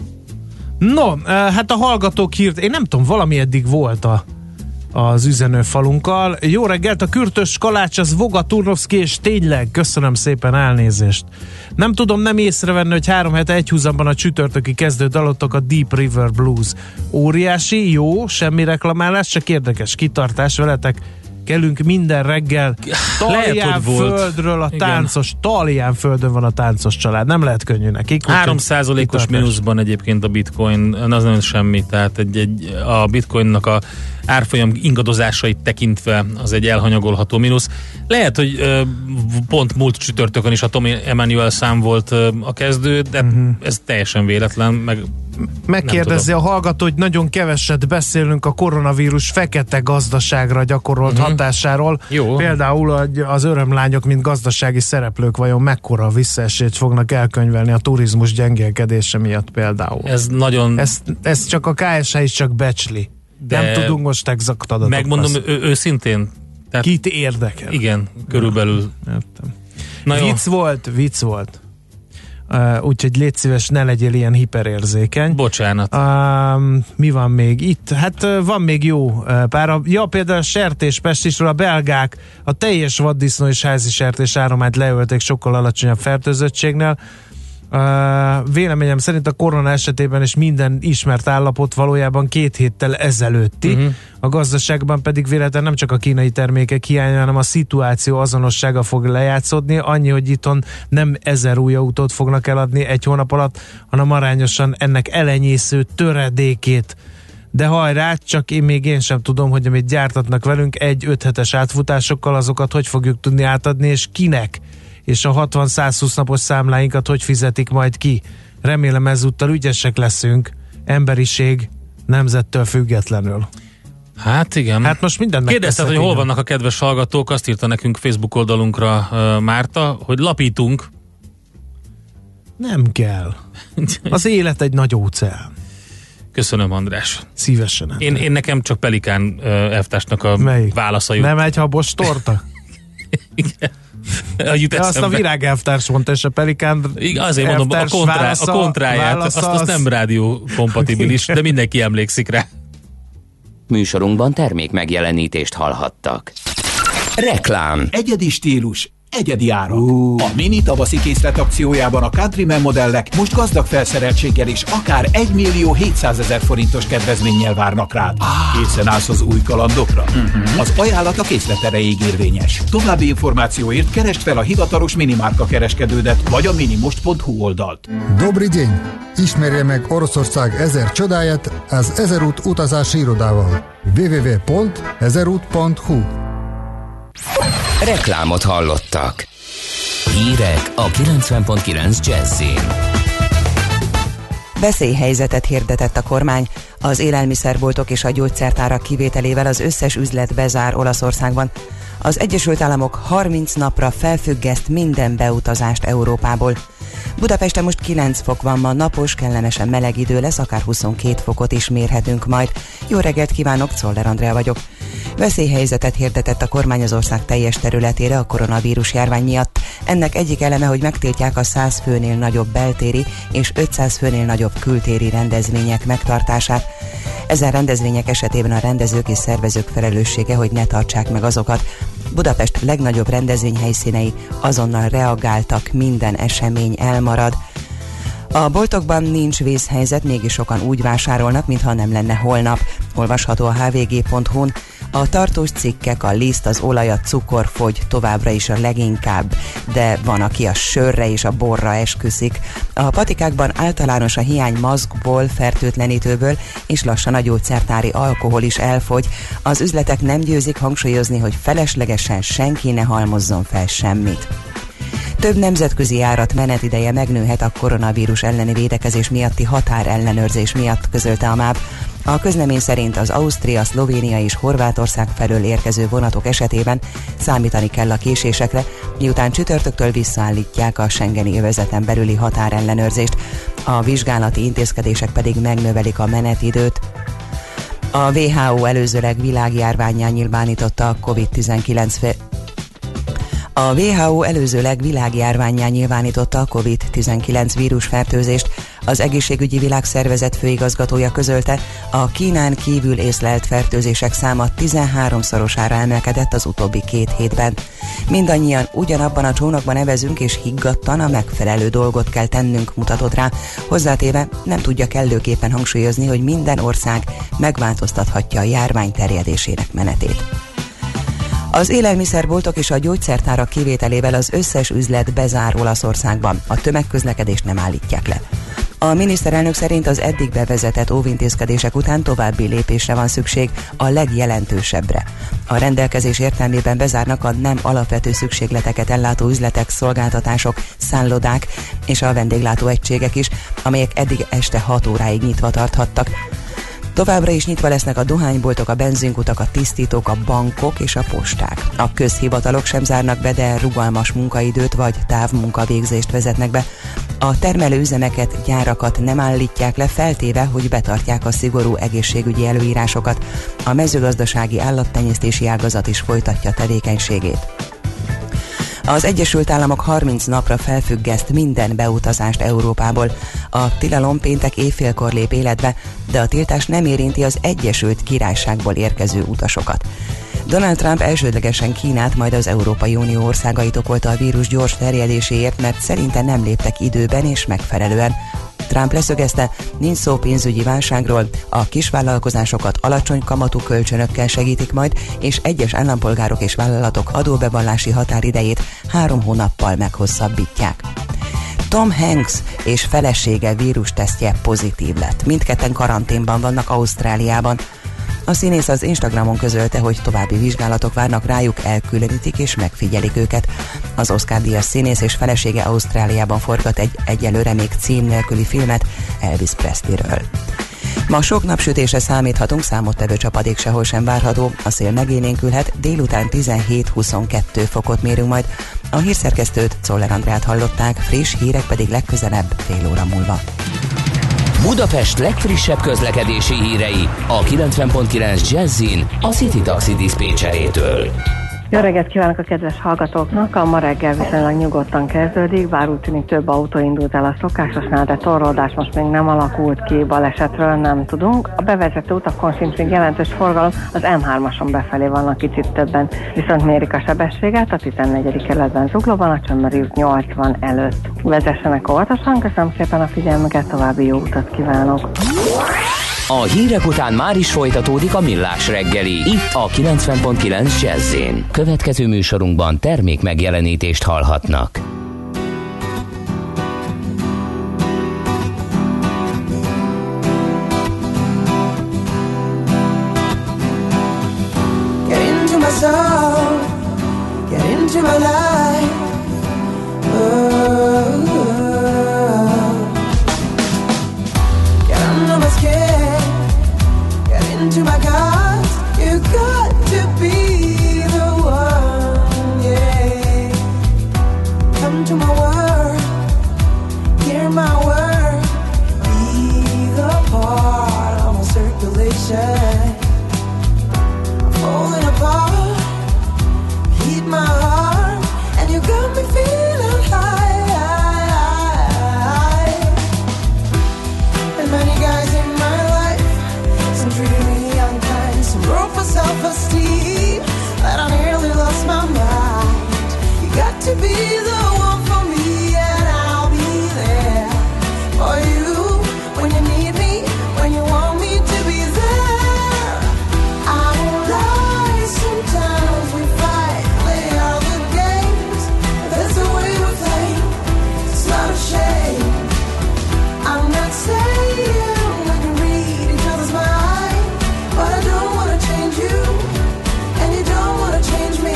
No, hát a hallgatók hírt, én nem tudom, valami eddig volt a az üzenőfalunkkal. Jó reggelt, a Kürtös Kalács, az Voga Turnovszki, és tényleg köszönöm szépen, elnézést. Nem tudom nem észrevenni, hogy három hete egyhuzamban a csütörtöki kezdő dalottak a Deep River Blues. Óriási, jó, semmi reklamálás, csak érdekes kitartás veletek. kelünk minden reggel. Tallián földről a táncos, Tallián földön van a táncos család. Nem lehet könnyű nekik. három százalékos mínuszban egyébként a bitcoin, az nem semmi, tehát egy, egy, a bitcoinnak a árfolyam ingadozásait tekintve az egy elhanyagolható mínusz. Lehet, hogy ö, pont múlt csütörtökön is a Tom Emmanuel szám volt ö, a kezdő, de uh-huh. ez teljesen véletlen, meg megkérdezi a hallgató, hogy nagyon keveset beszélünk a koronavírus fekete gazdaságra gyakorolt uh-huh. hatásáról. Jó. Például az örömlányok, mint gazdasági szereplők vajon mekkora visszaesést fognak elkönyvelni a turizmus gyengélkedése miatt például. Ez nagyon... Ez, ez csak a ká es há is csak becsli. De nem tudunk most exakt adatokat. Megmondom ő, őszintén. Tehát, kit érdekel? Igen, körülbelül. Értem. Vicc volt, vicc volt. Uh, úgyhogy légy szíves, ne legyél ilyen hiperérzékeny. Bocsánat. Uh, mi van még itt? Hát uh, van még jó uh, pár. A, ja, például a sertéspestisről a belgák a teljes vaddisznó és házi sertés áromát leölték sokkal alacsonyabb fertőzöttségnél. Uh, véleményem szerint a korona esetében is minden ismert állapot valójában két héttel ezelőtti. Uh-huh. A gazdaságban pedig véletlenül nem csak a kínai termékek hiánya, hanem a szituáció azonossága fog lejátszódni. Annyi, hogy itthon nem ezer új autót fognak eladni egy hónap alatt, hanem arányosan ennek elenyésző töredékét. De hajrá, csak én még én sem tudom, hogy amit gyártatnak velünk egy öt hetes átfutásokkal, azokat hogy fogjuk tudni átadni, és kinek? És a hatvan-százhúsz napos számláinkat hogy fizetik majd ki. Remélem ezúttal ügyesek leszünk, emberiség nemzettől függetlenül. Hát igen. Hát most mindent kérdezted, hogy hol vannak a kedves hallgatók, azt írta nekünk Facebook oldalunkra uh, Márta, hogy lapítunk. Nem kell. Az élet egy nagy óceán. Köszönöm, András. Szívesen. Én, én nekem csak Pelikán uh, elvtársnak a Melyik? válasza jut. Nem egy habos torta? Igen. De azt a virágelvtárs mondta, és a Pelikán azért mondom, a, kontrá, válasza, a kontráját, azt, azt nem rádió kompatibilis, de mindenki emlékszik rá. Műsorunkban termék megjelenítést hallhattak. Reklám. Egyedi stílus, egyedi árak. Uh. A mini tavaszi készlet akciójában a Countryman modellek most gazdag felszereltséggel is akár egymillió hétszázezer forintos kedvezménnyel várnak rád. Ah. Készen állsz az új kalandokra? Uh-huh. Az ajánlat a készlet erejéig érvényes. További információért keresd fel a hivatalos minimárka kereskedődet, vagy a minimost pont hu oldalt. Dobri dень! Ismerje meg Oroszország ezer csodáját az Ezerút utazási irodával. double-u double-u double-u pont ezerút pont hu. Reklámot hallottak. Hírek a kilencven pont kilenc Jazzin. Veszélyhelyzetet hirdetett a kormány. Az élelmiszerboltok és a gyógyszertárak kivételével az összes üzlet bezár Olaszországban. Az Egyesült Államok harminc napra felfüggeszt minden beutazást Európából. Budapesten most kilenc fok van, ma napos, kellemesen meleg idő lesz, akár huszonkét fokot is mérhetünk majd. Jó reggelt kívánok, Czoller Andrea vagyok. Veszélyhelyzetet hirdetett a kormány az ország teljes területére a koronavírus járvány miatt. Ennek egyik eleme, hogy megtiltják a száz főnél nagyobb beltéri és ötszáz főnél nagyobb kültéri rendezvények megtartását. Ezen rendezvények esetében a rendezők és szervezők felelőssége, hogy ne tartsák meg azokat. Budapest legnagyobb rendezvényhelyszínei azonnal reagáltak, minden esemény elmarad. A boltokban nincs vészhelyzet, mégis sokan úgy vásárolnak, mintha nem lenne holnap. Olvasható a há vé gé pont hu-n. A tartós cikkek, a liszt, az olaj, a cukor fogy továbbra is a leginkább, de van, aki a sörre és a borra esküszik. A patikákban általános a hiány maszkból, fertőtlenítőből, és lassan a gyógyszertári alkohol is elfogy. Az üzletek nem győzik hangsúlyozni, hogy feleslegesen senki ne halmozzon fel semmit. Több nemzetközi járat menetideje megnőhet a koronavírus elleni védekezés miatti határellenőrzés miatt, közölte a MÁV. A közlemény szerint az Ausztria, Szlovénia és Horvátország felől érkező vonatok esetében számítani kell a késésekre, miután csütörtöktől visszaállítják a schengeni övezeten belüli határellenőrzést. A vizsgálati intézkedések pedig megnövelik a menetidőt. A dupla vé há ó előzőleg világjárvánnyá nyilvánította a kovid tizenkilenc A dupla vé há ó előzőleg világjárvánnyá nyilvánította a kovid tizenkilenc vírusfertőzést. Az Egészségügyi Világszervezet főigazgatója közölte, a Kínán kívül észlelt fertőzések száma tizenháromszorosára emelkedett az utóbbi két hétben. Mindannyian ugyanabban a csónakban evezünk, és higgadtan a megfelelő dolgot kell tennünk, mutatott rá. Hozzátéve nem tudja kellőképpen hangsúlyozni, hogy minden ország megváltoztathatja a járvány terjedésének menetét. Az élelmiszerboltok és a gyógyszertárak kivételével az összes üzlet bezár Olaszországban. A tömegközlekedést nem állítják le. A miniszterelnök szerint az eddig bevezetett óvintézkedések után további lépésre van szükség, a legjelentősebbre. A rendelkezés értelmében bezárnak a nem alapvető szükségleteket ellátó üzletek, szolgáltatások, szállodák és a vendéglátóegységek is, amelyek eddig este hat óráig nyitva tarthattak. Továbbra is nyitva lesznek a dohányboltok, a benzinkutak, a tisztítók, a bankok és a posták. A közhivatalok sem zárnak be, de rugalmas munkaidőt vagy távmunkavégzést vezetnek be. A termelőüzemeket, gyárakat nem állítják le, feltéve, hogy betartják a szigorú egészségügyi előírásokat. A mezőgazdasági állattenyésztési ágazat is folytatja tevékenységét. Az Egyesült Államok harminc napra felfüggeszt minden beutazást Európából. A tilalom péntek éjfélkor lép életbe, de a tiltás nem érinti az Egyesült Királyságból érkező utasokat. Donald Trump elsődlegesen Kínát, majd az Európai Unió országait okolta a vírus gyors terjedéséért, mert szerinte nem léptek időben és megfelelően. Trump leszögezte, nincs szó pénzügyi válságról, a kisvállalkozásokat alacsony kamatú kölcsönökkel segítik majd, és egyes állampolgárok és vállalatok adóbevallási határidejét három hónappal meghosszabbítják. Tom Hanks és felesége vírustesztje pozitív lett. Mindketten karanténban vannak Ausztráliában. A színész az Instagramon közölte, hogy további vizsgálatok várnak rájuk, elkülönítik és megfigyelik őket. Az Oscar-díjas színész és felesége Ausztráliában forgat egy egyelőre még cím nélküli filmet Elvis Presleyről. Ma sok napsütésre számíthatunk, számottevő csapadék sehol sem várható, a szél megélénkülhet, délután tizenhét-huszonkettő fokot mérünk majd. A hírszerkesztőt, Czoller Andrát hallották, friss hírek pedig legközelebb fél óra múlva. Budapest legfrissebb közlekedési hírei a kilencven pont kilenc Jazzin a City Taxi diszpécserétől. Jó reggelt kívánok a kedves hallgatóknak! A ma reggel viszonylag nyugodtan kezdődik, bár úgy tűnik több autó indult el a szokásosnál, de torlódás most még nem alakult ki, balesetről nem tudunk. A bevezető utakon sincs még jelentős forgalom, az M hármason befelé vannak kicsit többen, viszont mérik a sebességet a tizennegyedik kerületben Zuglóban, a Csömöri út nyolcvan előtt. Vezessenek óvatosan, köszönöm szépen a figyelmüket, további jó utat kívánok! A hírek után már is folytatódik a Millás reggeli, itt a kilencven pont kilenc Jazz-én. Következő műsorunkban termék megjelenítést hallhatnak. Get into my soul, get into my life. Oh, get under my skin. Into my guts, you got to be the one, yeah. Come to my world, hear my word, be the part of my circulation. I'm falling apart, heat my heart, and you got me feeling high, high, high. And many guys in my life, some treated me unkind, some broke for self-esteem, but I nearly lost my mind. You got to be the one for me, and I'll be there for you when you need me, when you want me to be there. I won't lie, sometimes we fight, play all the games, but that's the way we play. It's not a shame. I'm not saying we can read each other's mind, but I don't wanna change you, and you don't wanna change me.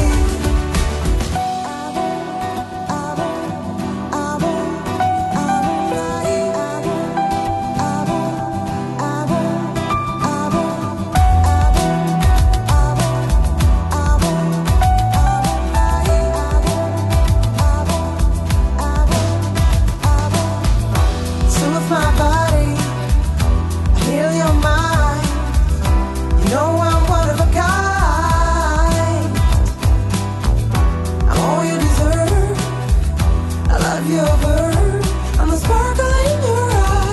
So with my body, I heal your mind. You know I'm one of a kind. I'm all you deserve. I love your verve. I'm the sparkle in your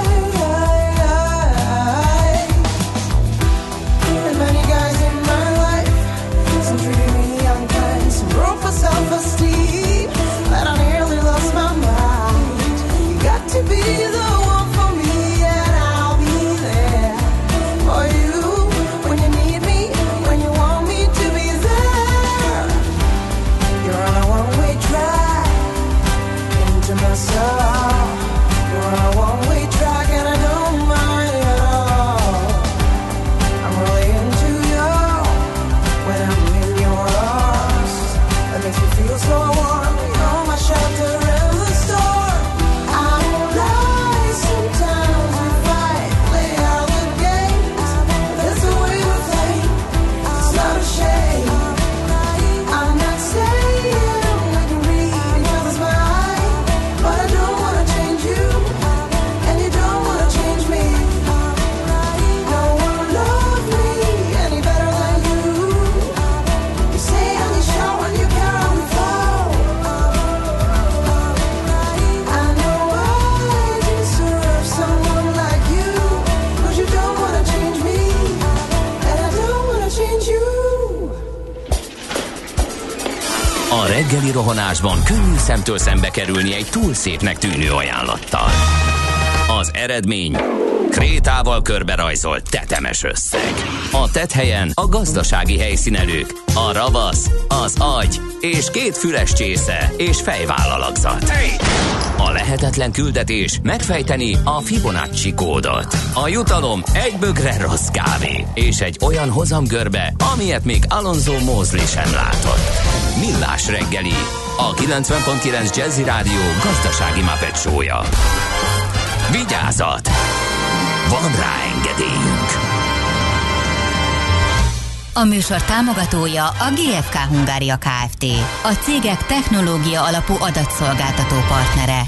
eye. And many guys in my life, some treated me unkind, some broke for self-esteem, but I nearly lost my mind. You got to be the one for me, and I'll be there for you when you need me, when you want me to be there. A reggeli rohanásban könnyű szemtől szembe kerülni egy túl szépnek tűnő ajánlattal. Az eredmény krétával körberajzolt tetemes összeg. A tetthelyen a gazdasági helyszínelők, a ravasz, az agy és két füles csésze és fejvállalakzat. A lehetetlen küldetés megfejteni a Fibonacci kódot. A jutalom egy bögre rossz kávé és egy olyan hozamgörbe, amilyet még Alonso Mosley sem látott. Millás reggeli, a kilencven pont kilenc Jazzy Rádió gazdasági Muppet show-ja. Vigyázat! Van rá engedélyünk! A műsor támogatója a gé ef ká Hungária Kft. A cégek technológia alapú adatszolgáltató partnere.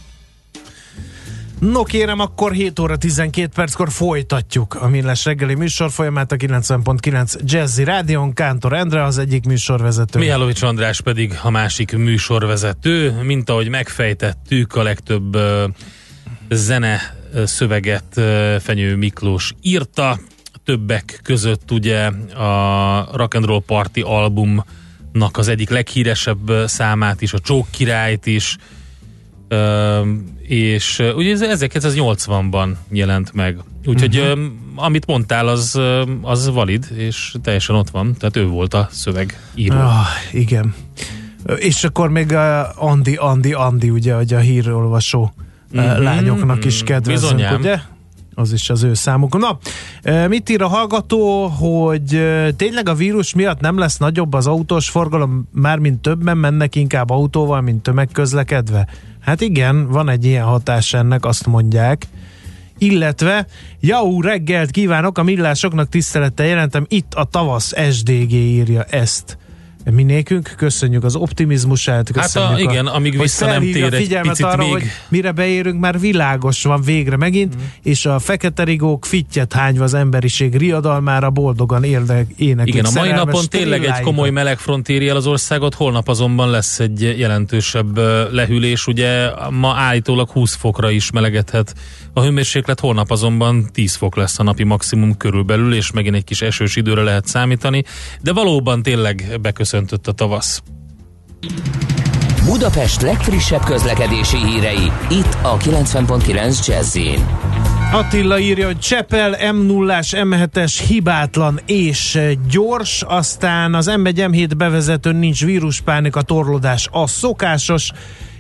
No kérem, akkor hét óra tizenkét perckor folytatjuk a Millás reggeli műsor folyamát a kilencven pont kilenc Jazzy Rádión. Kántor Endre az egyik műsorvezető. Mihálovics András pedig a másik műsorvezető. Mint ahogy megfejtettük, a legtöbb uh, zene szöveget uh, Fenyő Miklós írta. Többek között ugye a Rock and Roll Party albumnak az egyik leghíresebb számát is, a Csók királyt is, uh, és uh, ugye ez ezerkilencszáznyolcvanban jelent meg. Úgyhogy uh-huh. uh, amit mondtál, az, uh, az valid, és teljesen ott van, tehát ő volt a szövegíró. Ah, igen. És akkor még a Andi, Andi, Andi, ugye, hogy a hírolvasó uh-huh. lányoknak is kedvezünk, Bizonyám. ugye? Az is az ő számuk. Na, mit ír a hallgató, hogy tényleg a vírus miatt nem lesz nagyobb az autós forgalom, mármint többen mennek inkább autóval, mint tömegközlekedve? Hát igen, van egy ilyen hatás ennek, azt mondják. Illetve, jau reggelt kívánok, a millásoknak tisztelettel jelentem, itt a tavasz, es dé gé írja ezt. Mi nékünk, köszönjük az optimizmusát, köszönjük hát a, igen, a, amíg vissza nem tér egy picit arra, még. hogy mire beérünk, már világos van végre megint, mm. és a fekete rigók fittyet hányva az emberiség riadalmára boldogan érdek, éneklik. Igen, a mai napon tényleg egy komoly melegfront éri el az országot, holnap azonban lesz egy jelentősebb lehűlés, ugye ma állítólag húsz fokra is melegedhet a hőmérséklet, holnap azonban tíz fok lesz a napi maximum körülbelül, és megint egy kis esős időre lehet számítani, de valóban tényleg beköszöntött a tavasz. Budapest legfrissebb közlekedési hírei, itt a kilencven pont kilenc Jazzyn. Attila írja, hogy Csepel em nullás, em hetes hibátlan és gyors, aztán az em egy em hét bevezetőn nincs víruspánik, a torlódás a szokásos,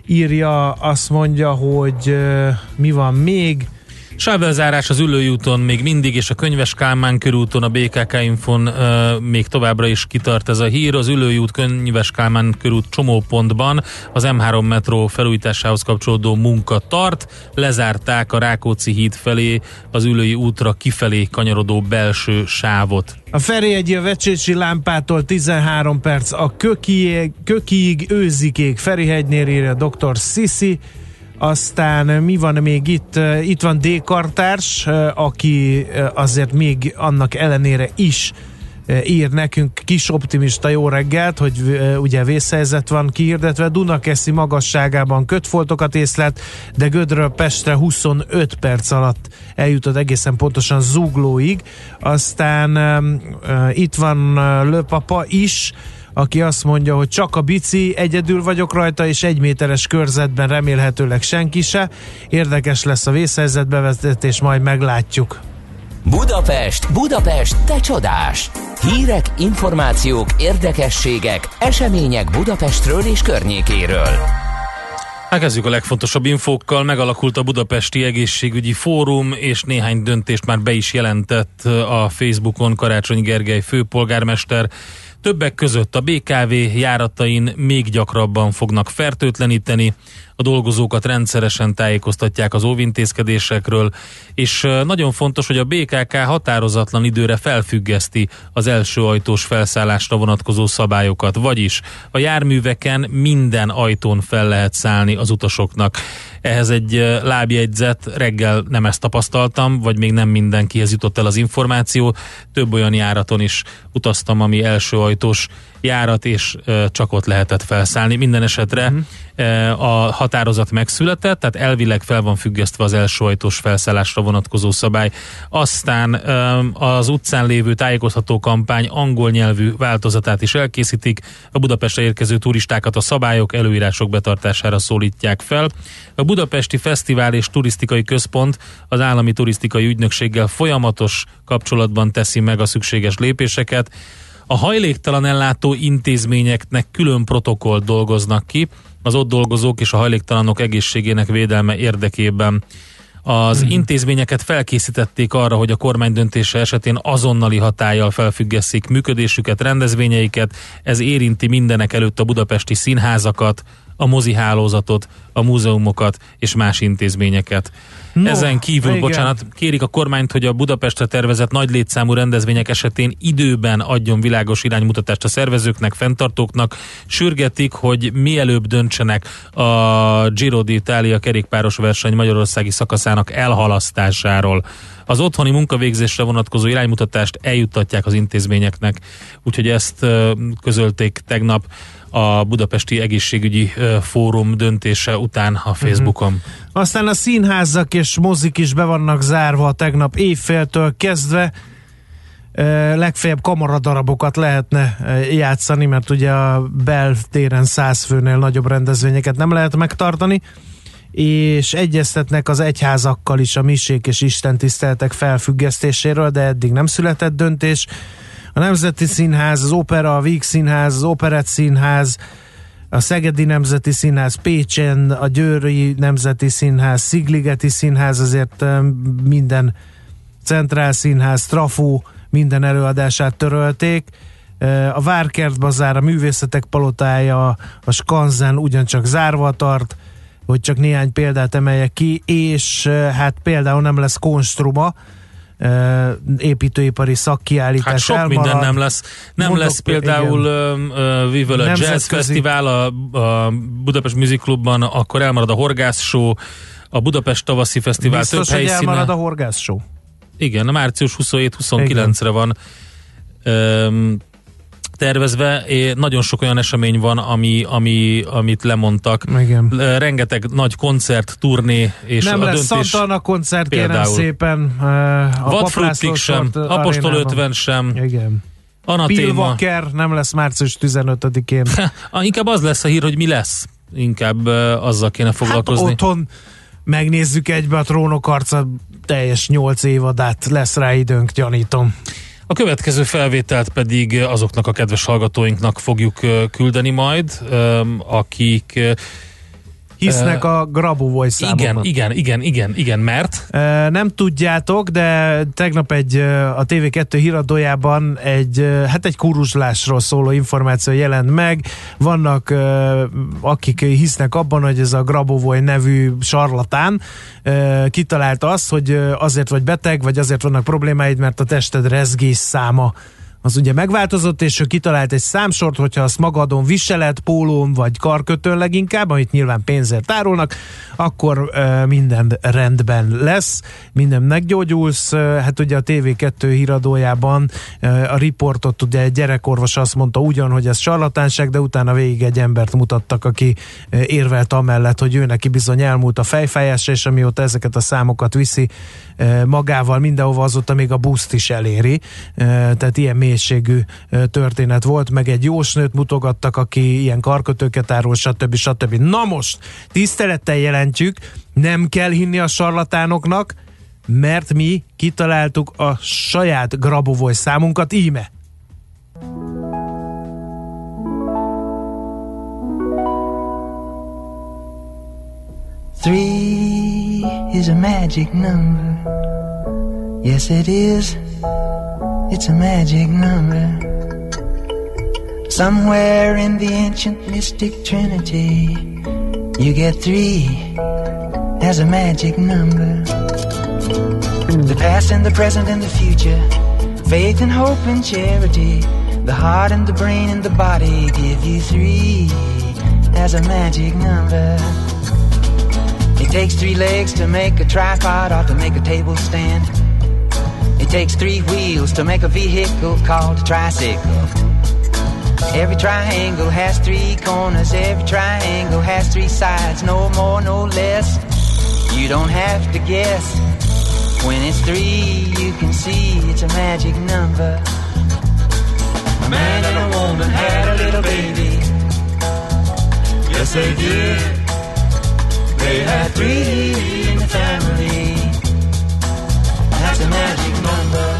írja, azt mondja, hogy uh, mi van még. Sávbelzárás az Üllői úton még mindig, és a Könyves Kálmán körúton, a bé ká ká Infon uh, még továbbra is kitart ez a hír. Az Üllői út, Könyves Kálmán körút csomópontban az em három metró felújításához kapcsolódó munka tart. Lezárták a Rákóczi híd felé az Üllői útra kifelé kanyarodó belső sávot. A Ferihegyi a Vecsési lámpától tizenhárom perc a Kökiig, Kökiig Őzikig Ferihegynél, írja doktor Sisi. Aztán mi van még itt? Itt van D. Kartárs, aki azért még annak ellenére is ír nekünk kis optimista jó reggelt, hogy ugye vészhelyzet van kihirdetve. Dunakeszi magasságában kötfoltokat észlelt, de Gödről Pestre huszonöt perc alatt eljutott egészen pontosan Zuglóig. Aztán uh, itt van uh, Löpapa is, aki azt mondja, hogy csak a bici, egyedül vagyok rajta, és egy méteres körzetben remélhetőleg senki se. Érdekes lesz a vészhelyzet bevezetés, majd meglátjuk. Budapest, Budapest, te csodás! Hírek, információk, érdekességek, események Budapestről és környékéről. Elkezdjük a legfontosabb infókkal. Megalakult a Budapesti Egészségügyi Fórum, és néhány döntést már be is jelentett a Facebookon Karácsony Gergely főpolgármester. Többek között a bé ká vé járatain még gyakrabban fognak fertőtleníteni, a dolgozókat rendszeresen tájékoztatják az óvintézkedésekről, és nagyon fontos, hogy a bé ká ká határozatlan időre felfüggeszti az első ajtós felszállásra vonatkozó szabályokat, vagyis a járműveken minden ajtón fel lehet szállni az utasoknak. Ehhez egy lábjegyzet, reggel nem ezt tapasztaltam, vagy még nem mindenkihez jutott el az információ. Több olyan járaton is utaztam, ami első ajtós járat, és csak ott lehetett felszállni. Minden esetre mm. a határozat megszületett, tehát elvileg fel van függesztve az első ajtós felszállásra vonatkozó szabály. Aztán az utcán lévő tájékoztató kampány angol nyelvű változatát is elkészítik. A Budapestre érkező turistákat a szabályok, előírások betartására szólítják fel. A Budapesti Fesztivál és Turisztikai Központ az Állami Turisztikai Ügynökséggel folyamatos kapcsolatban teszi meg a szükséges lépéseket. A hajléktalan ellátó intézményeknek külön protokollt dolgoznak ki az ott dolgozók és a hajléktalanok egészségének védelme érdekében. Az hmm. intézményeket felkészítették arra, hogy a kormány döntése esetén azonnali hatállyal felfüggesszék működésüket, rendezvényeiket. Ez érinti mindenek előtt a budapesti színházakat, a mozihálózatot, a múzeumokat és más intézményeket. No, Ezen kívül, igen. bocsánat, kérik a kormányt, hogy a Budapestre tervezett nagy létszámú rendezvények esetén időben adjon világos iránymutatást a szervezőknek, fenntartóknak. Sürgetik, hogy mielőbb döntsenek a Giro d'Italia kerékpáros verseny magyarországi szakaszának elhalasztásáról. Az otthoni munkavégzésre vonatkozó iránymutatást eljuttatják az intézményeknek, úgyhogy ezt közölték tegnap a Budapesti Egészségügyi Fórum döntése után a Facebookon. Uh-huh. Aztán a színházak és mozik is be vannak zárva tegnap évféltől kezdve. Legfeljebb kamaradarabokat lehetne játszani, mert ugye a beltéren száz főnél nagyobb rendezvényeket nem lehet megtartani, és egyeztetnek az egyházakkal is a misék és istentiszteletek felfüggesztéséről, de eddig nem született döntés. A Nemzeti Színház, az Opera, a Víg Színház, az Operett Színház, a Szegedi Nemzeti Színház, Pécsen, a Győri Nemzeti Színház, Szigligeti Színház, azért minden Centrál Színház, Trafó, minden előadását törölték. A Várkert Bazár, a Művészetek Palotája, a Skanzen ugyancsak zárva tart, hogy csak néhány példát emeljek ki, és hát például nem lesz Konstruma, építőipari szakkiállítás hát sok elmarad. Minden nem lesz. Nem Mondok, lesz például uh, Vivel a Jazz Fesztivál a, a Budapest Music Clubban, akkor elmarad a Horgász Show, a Budapest Tavaszi Fesztivál Biztos, több helyszínen. Biztos, hogy elmarad a Horgász Show? Igen, a március huszonhét-huszonkilencre van um, tervezve. Nagyon sok olyan esemény van, ami, ami, amit lemondtak. Igen. Rengeteg nagy koncert, turné, és nem a lesz döntés... Santana koncert, például. Kérem szépen. A Vadfruttik sem, Apostol ötven sem. Igen. Anatéma. Pilvaker nem lesz március tizenötödikén. Inkább az lesz a hír, hogy mi lesz. Inkább azzal kéne foglalkozni. Hát otthon megnézzük egybe a Trónok harca teljes nyolc évadát. Lesz rá időnk, gyanítom. A következő felvételt pedig azoknak a kedves hallgatóinknak fogjuk küldeni majd, akik hisznek a Grabovoi számokban. Igen, igen, igen, igen, igen, mert? Nem tudjátok, de tegnap egy a té vé kettő híradójában egy, hát egy kuruzslásról szóló információ jelent meg. Vannak akik hisznek abban, hogy ez a Grabovoi nevű sarlatán kitalálta azt, hogy azért vagy beteg, vagy azért vannak problémáid, mert a tested rezgés száma az ugye megváltozott, és ő kitalált egy számsort, hogyha azt magadon viseled, pólón vagy karkötőn leginkább, amit nyilván pénzért árulnak, akkor uh, minden rendben lesz, minden meggyógyulsz. Uh, hát ugye a té vé kettő híradójában uh, a riportot ugye egy gyerekorvos azt mondta ugyan, hogy ez sarlatánság, de utána végig egy embert mutattak, aki uh, érvelt amellett, hogy ő neki bizony elmúlt a fejfájása, és amióta ezeket a számokat viszi uh, magával mindenhova, azóta még a buszt is eléri. Uh, tehát ilyen mélységű történet volt, meg egy jósnőt mutogattak, aki ilyen karkötőket árul, stb. stb. Na most, tisztelettel jelentjük, nem kell hinni a sarlatánoknak, mert mi kitaláltuk a saját Grabovoi számunkat, íme. Three is a magic number. Yes, it is. It's a magic number. Somewhere in the ancient mystic trinity, you get three as a magic number. The past and the present and the future, faith and hope and charity, the heart and the brain and the body give you three as a magic number. It takes three legs to make a tripod or to make a table stand. It takes three wheels to make a vehicle called a tricycle. Every triangle has three corners. Every triangle has three sides. No more, no less. You don't have to guess. When it's three, you can see it's a magic number. A man and a woman had a little baby. Yes, they did. They had three in the family. That's a magic number.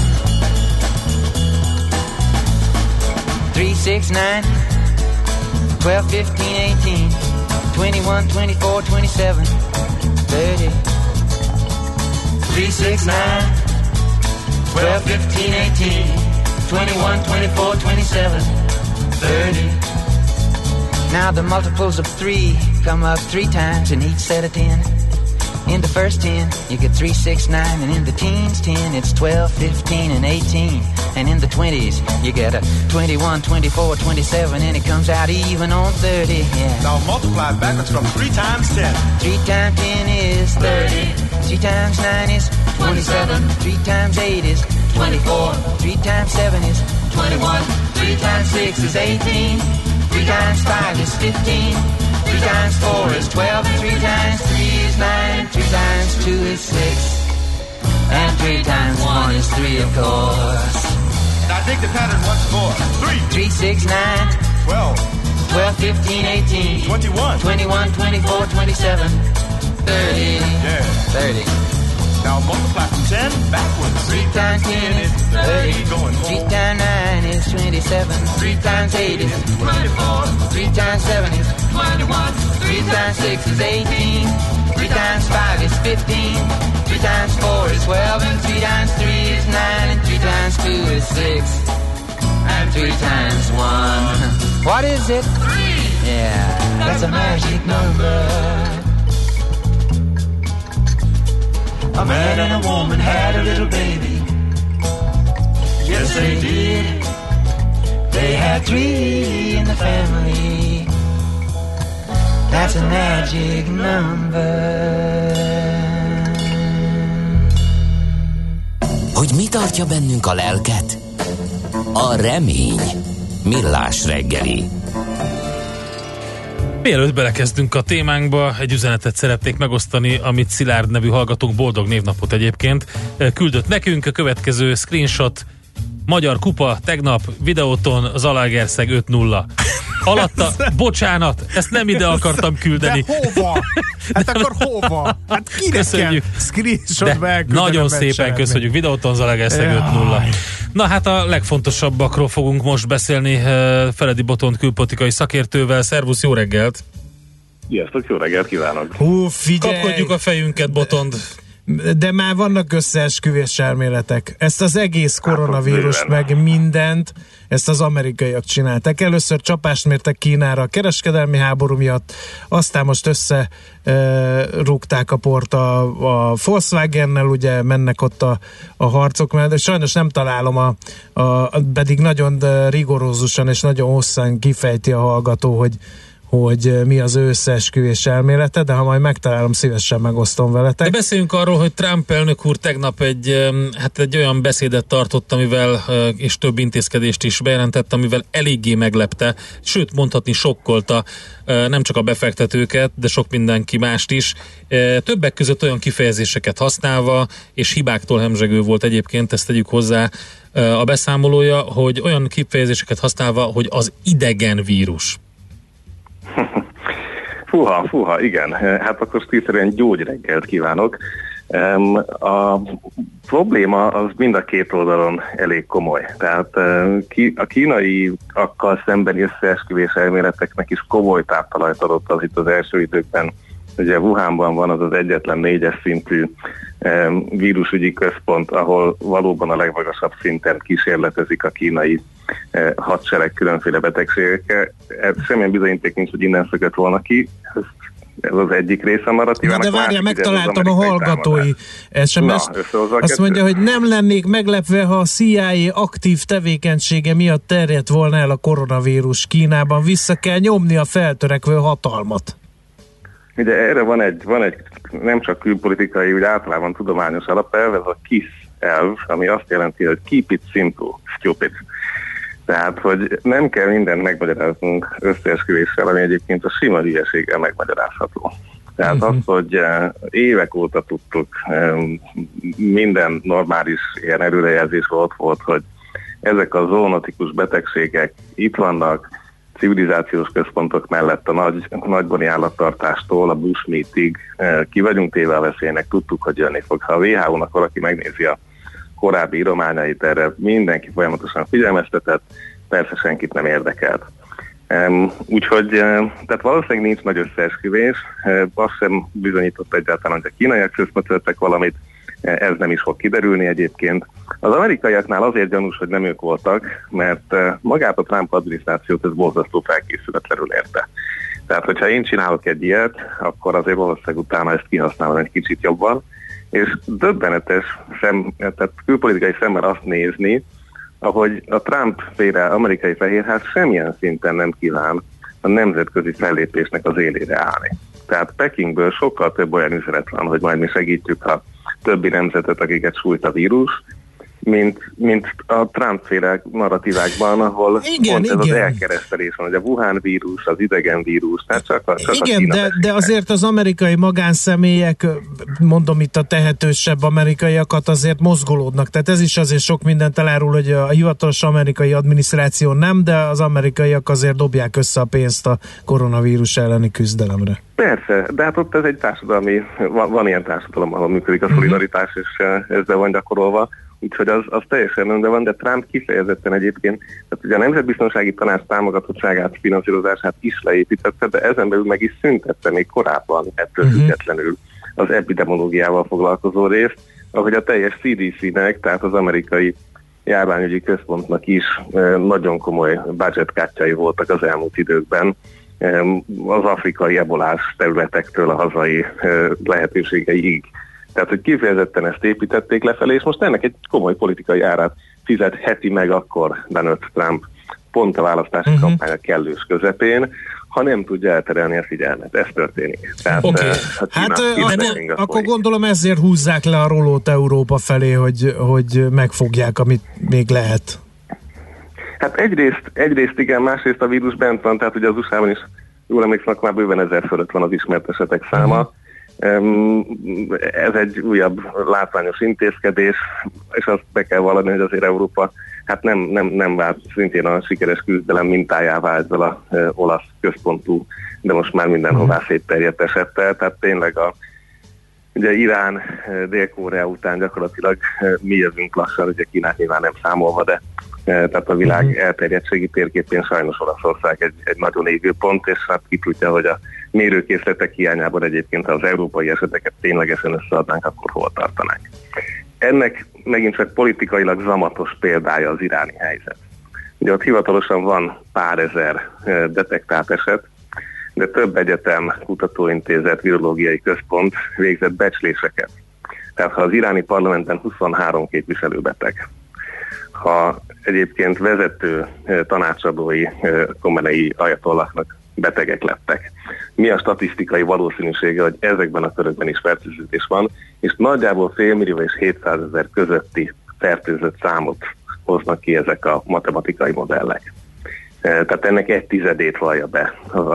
Three, six, nine, twelve, fifteen, eighteen, twenty-one, twenty-four, twenty-seven, thirty. Three, six, nine, twelve, fifteen, eighteen, twenty-one, twenty-four, twenty-seven, thirty. Now the multiples of three come up three times in each set of ten. In the first ten, you get three, six, nine, and in the teens, ten, it's twelve, fifteen, and eighteen. And in the twenties, you get a twenty-one, twenty-four, twenty-seven, and it comes out even on thirty, yeah. Now multiply backwards from three times ten. Three times ten is thirty. Three times nine is twenty-seven. Three times eight is twenty-four. Three times seven is twenty-one. Three times six is eighteen. Three times five is fifteen. Three times four is twelve, and three times three is nine, three times two is six, and three times one is three, of course. Now take the pattern once more. Three. Three, six, nine. Twelve. Twelve, fifteen, eighteen. Twenty-one. Twenty-one, twenty-four, twenty-seven. Thirty. Yeah. Thirty. Now multiply from ten backwards. Three times ten is thirty. Going Three forward. times nine is twenty-seven. Three times eight is twenty-four. Three times seven is twenty-one. Three times six is eighteen. Three times five is fifteen. Three times four is twelve. And three times three is nine. And three times two is six. And three times one. What is it? Three. Yeah, that's a magic number. A man and a woman had a little baby. Yes, they did. They had three in the family. That's a magic number. Hogy mi tartja bennünk a lelket? A remény. Millás reggeli. Mielőtt belekezdünk a témánkba, egy üzenetet szeretnék megosztani, amit Szilárd nevű hallgatónk, boldog névnapot egyébként, küldött nekünk. A következő screenshot: Magyar kupa tegnap, Videóton, Zalaegerszeg öt nulla. Alatta, bocsánat, ezt nem ide akartam küldeni. De hova? Hát akkor hova? Hát kinek köszönjük. kell screenshotba elküldeni? Nagyon szépen köszönjük. Videóton, Zalaegerszeg öt nulla. Na hát a legfontosabbakról fogunk most beszélni Feledi Botond külpolitikai szakértővel. Szervusz, jó reggelt! Sziasztok, jó reggelt kívánok! Hú, figyelj! Kapkodjuk a fejünket, Botond! De már vannak összeesküvés elméletek. Ezt az egész koronavírus, hát, meg mindent, ezt az amerikaiak csinálták. Először csapást mértek Kínára a kereskedelmi háború miatt, aztán most össze e, rúgták a port a, a Volkswagennel, ugye mennek ott a, a harcok, mert sajnos nem találom, a, a, pedig nagyon rigorózusan és nagyon hosszan kifejti a hallgató, hogy hogy mi az ő összeesküvés elmélete, de ha majd megtalálom, szívesen megosztom veletek. De beszéljünk arról, hogy Trump elnök úr tegnap egy, hát egy olyan beszédet tartott, amivel, és több intézkedést is bejelentett, amivel eléggé meglepte, sőt mondhatni sokkolta nem csak a befektetőket, de sok mindenki mást is. Többek között olyan kifejezéseket használva, és hibáktól hemzsegő volt egyébként, ezt tegyük hozzá a beszámolója, hogy olyan kifejezéseket használva, hogy az idegen vírus. Fúha, fúha, igen. Hát akkor stíszerűen gyógyreggelt kívánok. A probléma az mind a két oldalon elég komoly. Tehát a kínaiakkal szemben összeesküvés elméleteknek is komoly táptalajt adott az itt az első időkben. Ugye Wuhanban van az az egyetlen négyes szintű vírusügyi központ, ahol valóban a legmagasabb szinten kísérletezik a kínai hadsereg különféle betegségekkel. Semmilyen bizonyíték nincs, hogy innen szökött volna ki. Ez az egyik része a narratívának. Na de várjál, megtaláltam a hallgatói es em es-t. Azt mondja, hogy nem lennék meglepve, ha a C I A aktív tevékenysége miatt terjedt volna el a koronavírus Kínában. Vissza kell nyomni a feltörekvő hatalmat. Ugye erre van egy, van egy nem csak külpolitikai, úgy általában tudományos alapelv, ez a KISS elv, ami azt jelenti, hogy keep it simple, stupid. Tehát, hogy nem kell mindent megmagyaráznunk összeesküvéssel, ami egyébként a sima hülyeséggel megmagyarázható. Tehát uh-huh. az, hogy évek óta tudtuk, minden normális ilyen előrejelzés volt, volt, hogy ezek a zoonotikus betegségek itt vannak, civilizációs központok mellett a nagy, nagyboni állattartástól a bushmeatig ki vagyunk téve a veszélynek, tudtuk, hogy jönni fog. Ha a vé há ó-nak valaki megnézi a korábbi írományait, erre mindenki folyamatosan figyelmeztetett, persze senkit nem érdekelt. Um, úgyhogy uh, tehát valószínűleg nincs nagy összeesküvés, uh, azt sem bizonyított egyáltalán, hogy a kínaiak közmötöltek valamit, uh, ez nem is fog kiderülni egyébként. Az amerikaiaknál azért gyanús, hogy nem ők voltak, mert uh, magát a Trump adminisztrációt ez borzasztó felkészületlenül érte. Tehát, hogyha én csinálok egy ilyet, akkor azért valószínűleg utána ezt kihasználom egy kicsit jobban, és döbbenetes szem, tehát külpolitikai szemmel azt nézni, ahogy a Trump-féle amerikai fehérház semmilyen szinten nem kíván a nemzetközi fellépésnek az élére állni. Tehát Pekingből sokkal több olyan üzenet van, hogy majd mi segítjük a többi nemzetet, akiket sújt a vírus, mint, mint a Trump-féle narratívákban, ahol igen, pont ez igen. az elkeresztelés van, hogy a Wuhan vírus, az idegen vírus, tehát csak a, csak igen, a de, de azért az amerikai magánszemélyek, mondom itt a tehetősebb amerikaiakat azért mozgolódnak, tehát ez is azért sok mindent elárul, hogy a hivatalos amerikai adminisztráció nem, de az amerikaiak azért dobják össze a pénzt a koronavírus elleni küzdelemre. Persze, de hát ott ez egy társadalmi, van, van ilyen társadalom, ahol működik a szolidaritás, és ezzel van gyakorolva. Úgyhogy az, az teljesen rendben van, de Trump kifejezetten egyébként, tehát ugye a Nemzetbiztonsági Tanács támogatottságát, finanszírozását is leépítette, de ezen belül meg is szüntette még korábban ettől uh-huh. függetlenül az epidemiológiával foglalkozó részt, ahogy a teljes cé dé cé-nek, tehát az amerikai járványügyi központnak is nagyon komoly budgetkártyái voltak az elmúlt időkben, az afrikai ebolás területektől a hazai lehetőségeig. Tehát, hogy kifejezetten ezt építették lefelé, és most ennek egy komoly politikai árát fizetheti meg akkor Donald Trump pont a választási uh-huh. kampánya kellős közepén, ha nem tudja elterelni a figyelmet. Ez történik. Tehát, okay. uh, hát uh, akkor, akkor gondolom ezért húzzák le a rolót Európa felé, hogy, hogy megfogják, amit még lehet. Hát egyrészt, egyrészt igen, másrészt a vírus bent van, tehát ugye az u es á-ban is jól emlékszem, már bőven ezer fölött van az ismert esetek száma. Uh-huh. Ez egy újabb látványos intézkedés, és azt be kell vallani, hogy azért Európa hát nem, nem, nem vált szintén a sikeres küzdelem mintájává ezzel a e, olasz központú, de most már mindenhová szétterjedt esettel, tehát tényleg a ugye Irán, Dél-Korea után gyakorlatilag mi jövünk lassan, ugye Kínát nyilván nem számolva, de tehát a világ elterjedtségi térképén sajnos Olaszország egy, egy nagyon égő pont, és hát ki tudja, hogy a mérőkészletek hiányában egyébként az európai eseteket ténylegesen összeadnánk, akkor hol tartanánk. Ennek megint csak politikailag zamatos példája az iráni helyzet. Ugye ott hivatalosan van pár ezer detektált eset, de több egyetem, kutatóintézet, virológiai központ végzett becsléseket. Tehát ha az iráni parlamenten huszonhárom képviselő beteg, ha egyébként vezető tanácsadói Khomeini ajatollahnak betegek lettek, mi a statisztikai valószínűsége, hogy ezekben a körökben is fertőződés van, és nagyjából félmillió és hétszázezer közötti fertőzött számot hoznak ki ezek a matematikai modellek. Tehát ennek egy tizedét vallja be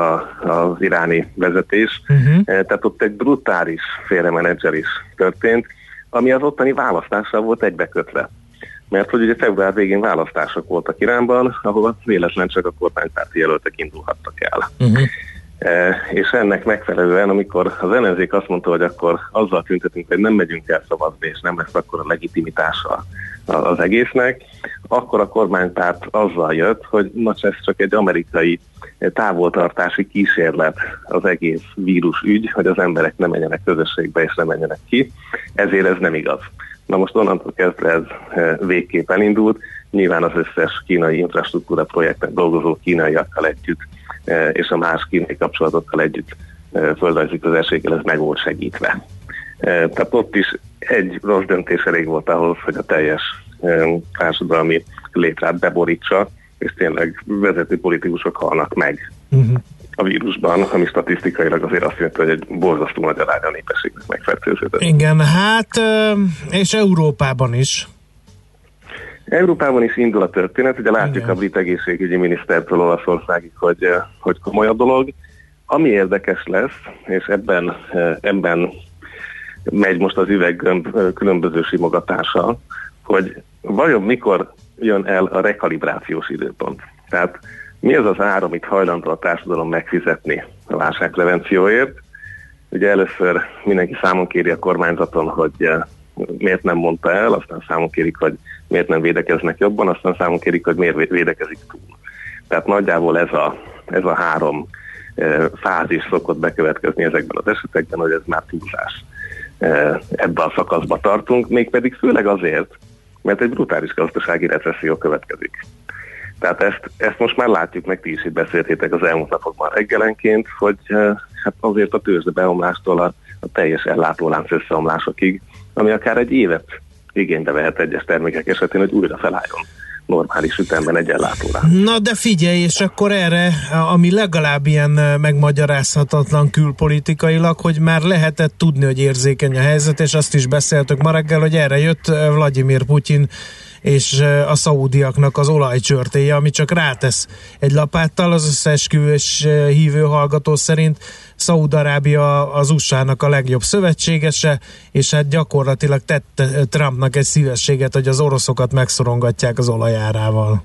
az iráni vezetés. Uh-huh. Tehát ott egy brutális félremenedzser is történt, ami az ottani választással volt egybekötve. Mert hogy ugye február végén választások voltak Iránban, ahol véletlen csak a kormánypárti jelöltek indulhattak el. Uh-huh. E, és ennek megfelelően, amikor az ellenzék azt mondta, hogy akkor azzal tüntetünk, hogy nem megyünk el szavazni, és nem lesz akkor a legitimitása az egésznek, akkor a kormánypárt azzal jött, hogy na, ez csak egy amerikai távoltartási kísérlet az egész vírus ügy, hogy az emberek nem menjenek közösségbe és nem menjenek ki, ezért ez nem igaz. Na most onnantól kezdve ez végképp elindult, nyilván az összes kínai infrastruktúra projekten dolgozó kínaiakkal együtt és a más kínai kapcsolatokkal együtt földrajzi közösséggel ez meg volt segítve. Tehát ott is egy rossz döntés elég volt ahhoz, hogy a teljes társadalmi létrát beborítsa, és tényleg vezető politikusok halnak meg uh-huh. a vírusban, ami statisztikailag azért azt jelenti, hogy egy borzasztó nagy aránya a népességnek megfertőződött. Igen, hát és Európában is. Európában is indul a történet, ugye látjuk Igen. a brit egészségügyi minisztertől Olaszországig, hogy, hogy komoly a dolog. Ami érdekes lesz, és ebben, ebben megy most az üveggömb különböző simogatása, hogy vajon mikor jön el a rekalibrációs időpont. Tehát mi az az ár, amit hajlandó a társadalom megfizetni a válságprevencióért. Ugye először mindenki számon kéri a kormányzaton, hogy miért nem mondta el, aztán számon kérik, hogy miért nem védekeznek jobban, aztán számon kérik, hogy miért védekezik túl. Tehát nagyjából ez a, ez a három e, fázis szokott bekövetkezni ezekben az esetekben, hogy ez már túlzás. E, ebben a szakaszba tartunk, mégpedig főleg azért, mert egy brutális gazdasági recesszió következik. Tehát ezt, ezt most már látjuk, meg ti is itt beszéltétek az elmúlt napokban reggelenként, hogy e, hát azért a tőzsdebeomlástól a, a teljes ellátólánc összeomlásokig, ami akár egy évet igénybe vehet egyes termékek esetén, hogy újra felálljon normális ütemben egy ellátólánc. Na de figyelj, és akkor erre, ami legalább ilyen megmagyarázhatatlan külpolitikailag, hogy már lehetett tudni, hogy érzékeny a helyzet, és azt is beszéltük ma reggel, hogy erre jött Vladimir Putyin és a szaúdiaknak az olajcsörtéje, ami csak rátesz egy lapáttal. Az összeesküvés hívő hallgató szerint Szaúd-Arábia az u es á-nak a legjobb szövetségese, és hát gyakorlatilag tett Trumpnak egy szívességet, hogy az oroszokat megszorongatják az olajárával.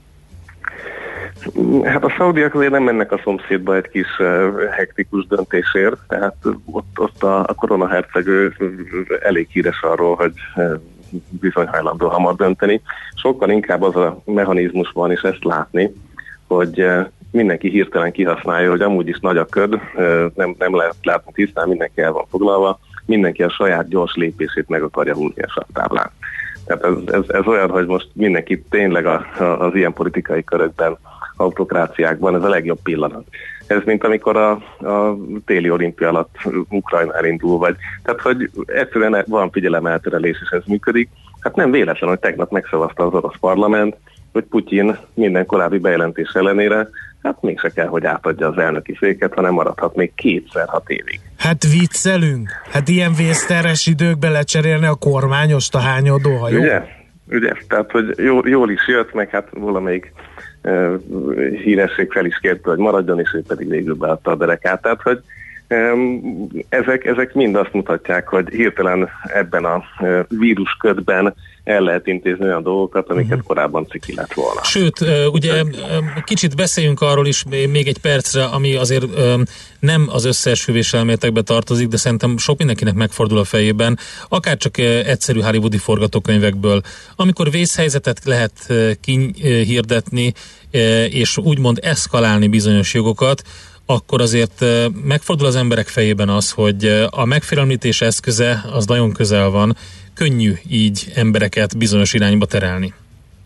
Hát a szaudiak azért nem mennek a szomszédba egy kis uh, hektikus döntésért, tehát ott, ott a, a koronahercegő elég híres arról, hogy uh, bizony hajlandó hamar dönteni. Sokkal inkább az a mechanizmus van, és ezt látni, hogy uh, mindenki hirtelen kihasználja, hogy amúgy is nagy a köd, uh, nem, nem lehet látni tisztán, mindenki el van foglalva, mindenki a saját gyors lépését meg akarja húzni a sartáblán. Tehát ez, ez, ez olyan, hogy most mindenki tényleg a, a, az ilyen politikai körökben, autokráciákban ez a legjobb pillanat. Ez mint amikor a, a téli olimpia alatt Ukrajna elindul, vagy. Tehát, hogy egyszerűen van figyelemelterelés, és ez működik. Hát nem véletlen, hogy tegnap megszavazta az orosz parlament, hogy Putyin minden korábbi bejelentés ellenére, hát mégse kell, hogy átadja az elnöki széket, hanem maradhat még kétszer hat évig. Hát viccelünk? Hát ilyen vészteres időkben lecserélni a kormányost a hányadó hajó? Ugye? Ugye? Tehát, hogy jól, jól is jött, meg hát valamelyik uh, híresség fel is kérte, hogy maradjon, és ő pedig végül beadta a derekát. Tehát, hogy um, ezek, ezek mind azt mutatják, hogy hirtelen ebben a uh, vírusködben el lehet intézni olyan dolgokat, amiket uh-huh. korábban ciki lett volna. Sőt, ugye kicsit beszéljünk arról is még egy percre, ami azért nem az összeesküvés elméletekbe tartozik, de szerintem sok mindenkinek megfordul a fejében, akár csak egyszerű hollywoodi forgatókönyvekből, amikor vészhelyzetet lehet kihirdetni, és úgymond eszkalálni bizonyos jogokat, akkor azért megfordul az emberek fejében az, hogy a megfélemlítés eszköze az nagyon közel van, könnyű így embereket bizonyos irányba terelni.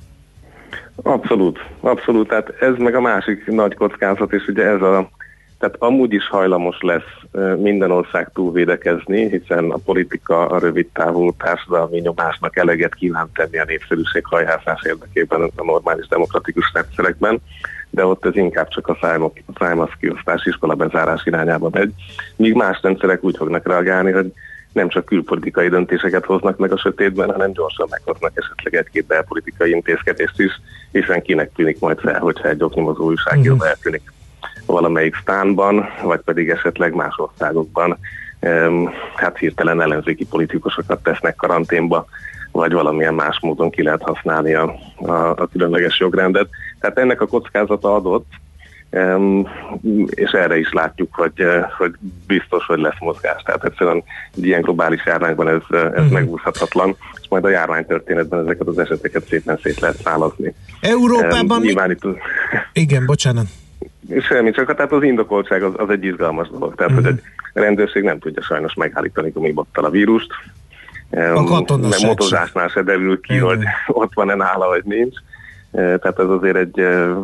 Abszolút, abszolút. Tehát ez meg a másik nagy kockázat, és ugye ez a, tehát amúgy is hajlamos lesz minden ország túlvédekezni, hiszen a politika a rövidtávú társadalmi nyomásnak eleget kíván tenni a népszerűség hajhászás érdekében a normális demokratikus rendszerekben, de ott ez inkább csak a szájmasz kiosztás, iskola bezárás irányába megy, míg más rendszerek úgy fognak reagálni, hogy nem csak külpolitikai döntéseket hoznak meg a sötétben, hanem gyorsan meghoznak esetleg egy-két belpolitikai intézkedést is, hiszen kinek tűnik majd fel, hogyha egy oknyomozó újságíró uh-huh. eltűnik valamelyik stánban, vagy pedig esetleg más országokban um, hát hirtelen ellenzéki politikusokat tesznek karanténba, vagy valamilyen más módon ki lehet használni a, a, a különleges jogrendet. Tehát ennek a kockázata adott, Um, és erre is látjuk, hogy, hogy biztos, hogy lesz mozgás. Tehát egyszerűen egy ilyen globális járványban ez, ez uh-huh. megúszhatatlan, és majd a járványtörténetben ezeket az eseteket szépen szét lehet szálazni. Európában um, mi... itt... Igen, bocsánat. Semmi, csak tehát az indokoltság az, az egy izgalmas dolog. Tehát, uh-huh. hogy egy rendőrség nem tudja sajnos megállítani gumibottal a vírust. A katonaság um, motozásnál se derül ki, uh-huh. hogy ott van-e nála, vagy nincs. Tehát ez azért egy,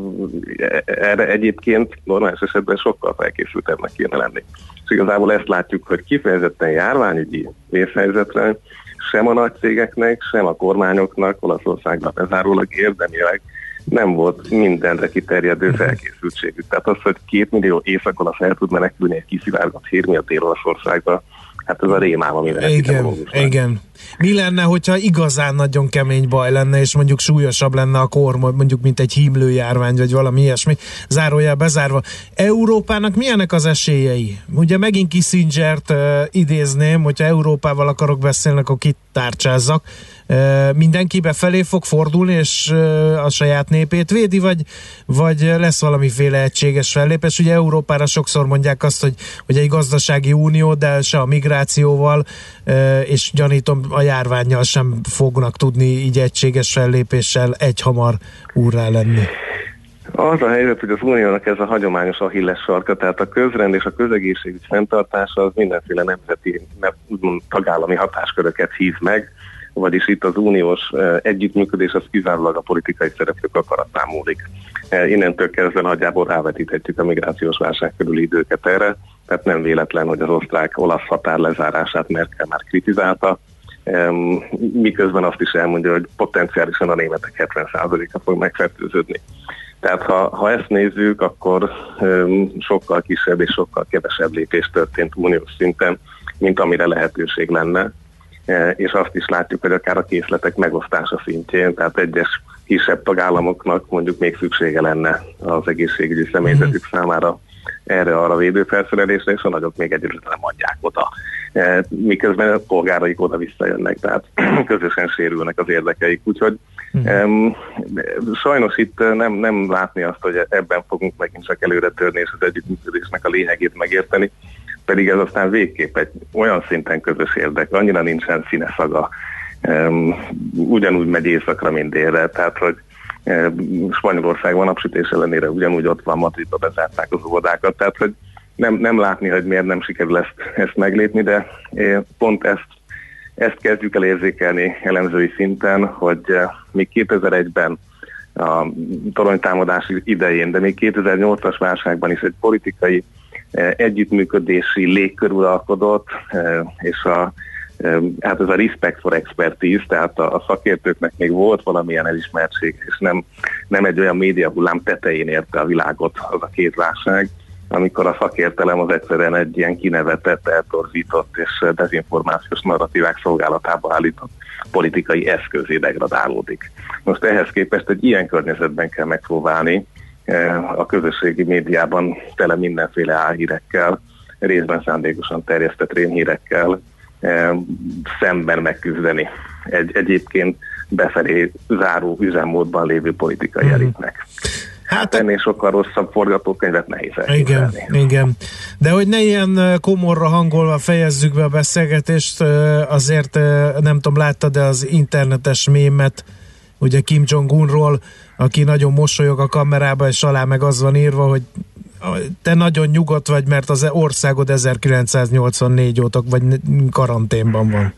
erre egyébként normális esetben sokkal felkészültebbnek kéne lenni. És igazából ezt látjuk, hogy kifejezetten járványügyi vészhelyzetre sem a nagy cégeknek, sem a kormányoknak, Olaszországban bezárólag érdemileg nem volt mindenre kiterjedő felkészültségük. Tehát az, hogy két millió észak-olasz el tud menekülni egy kiszivárgott hír miatt Olaszországba, hát ez a rémálom, amire igen, igen. mi lenne, hogyha igazán nagyon kemény baj lenne, és mondjuk súlyosabb lenne a kor, mondjuk mint egy hímlőjárvány, vagy valami ilyesmi, zárójel bezárva. Európának milyenek az esélyei? Ugye megint Kissingert uh, idézném, hogyha Európával akarok beszélni, akkor kit tárcsázzak. Uh, mindenki befelé fog fordulni, és uh, a saját népét védi, vagy, vagy lesz valamiféle egységes fellépés? Ugye Európára sokszor mondják azt, hogy, hogy egy gazdasági unió, de se a migrációval, uh, és gyanítom a járvánnyal sem fognak tudni így egységes fellépéssel egyhamar úrrá lenni. Az a helyzet, hogy az uniónak ez a hagyományos Achilles sarka, tehát a közrend és a közegészségügy fenntartása az mindenféle nemzeti, úgymond tagállami hatásköröket hív meg, vagyis itt az uniós együttműködés az kizárólag a politikai szereplők akaratán múlik. Innentől kezdve nagyjából rávetíthetjük a migrációs válság körüli időket erre, tehát nem véletlen, hogy az osztrák-olasz határ lezárását Merkel már kritizálta, miközben azt is elmondja, hogy potenciálisan a németek hetven százaléka fog megfertőződni. Tehát ha, ha ezt nézzük, akkor um, sokkal kisebb és sokkal kevesebb lépés történt uniós szinten, mint amire lehetőség lenne. E, és azt is látjuk, hogy akár a készletek megosztása szintjén, tehát egyes kisebb tagállamoknak mondjuk még szüksége lenne az egészségügyi személyzetük számára erre-arra védőfelszerelésre, és a nagyok még egyébként nem adják oda. E, miközben a polgáraik oda visszajönnek, tehát közösen sérülnek az érdekeik. Úgyhogy um, sajnos itt nem, nem látni azt, hogy ebben fogunk megint csak előre törni, és az együttműködésnek a lényegét megérteni, pedig ez aztán végképp egy olyan szinten közös érdek, annyira nincsen színe szaga, um, ugyanúgy megy északra, mint délre, tehát hogy Spanyolországban napsütés ellenére ugyanúgy ott van, Madridba bezárták az óvodákat, tehát hogy nem, nem látni, hogy miért nem sikerül ezt, ezt meglépni, de pont ezt, ezt kezdjük el érzékelni elemzői szinten, hogy még kétezer-egyben a toronytámadás idején, de még kétezer-nyolcas válságban is egy politikai együttműködési légkör uralkodott, és a hát ez a respect for expertise, tehát a, a szakértőknek még volt valamilyen elismertség, és nem, nem egy olyan média hullám tetején érte a világot az a két válság, amikor a szakértelem az egyszerűen egy ilyen kinevetett, eltorzított és dezinformációs narratívák szolgálatába állított politikai eszközé degradálódik. Most ehhez képest egy ilyen környezetben kell megpróbálni a közösségi médiában tele mindenféle álhírekkel, részben szándékosan terjesztett rémhírekkel szemben megküzdeni egy egyébként befelé záró üzemmódban lévő politikai mm. elitnek. Hát ennél sokkal rosszabb forgatókönyvet nehéz elképzelni. Igen, igen. De hogy ne ilyen komorra hangolva fejezzük be a beszélgetést, azért nem tudom, láttad, de az internetes mémet, ugye Kim Jong-unról, aki nagyon mosolyog a kamerába, és alá meg az van írva, hogy te nagyon nyugodt vagy, mert az országod ezerkilencszáznyolcvannégy óta vagy karanténban van.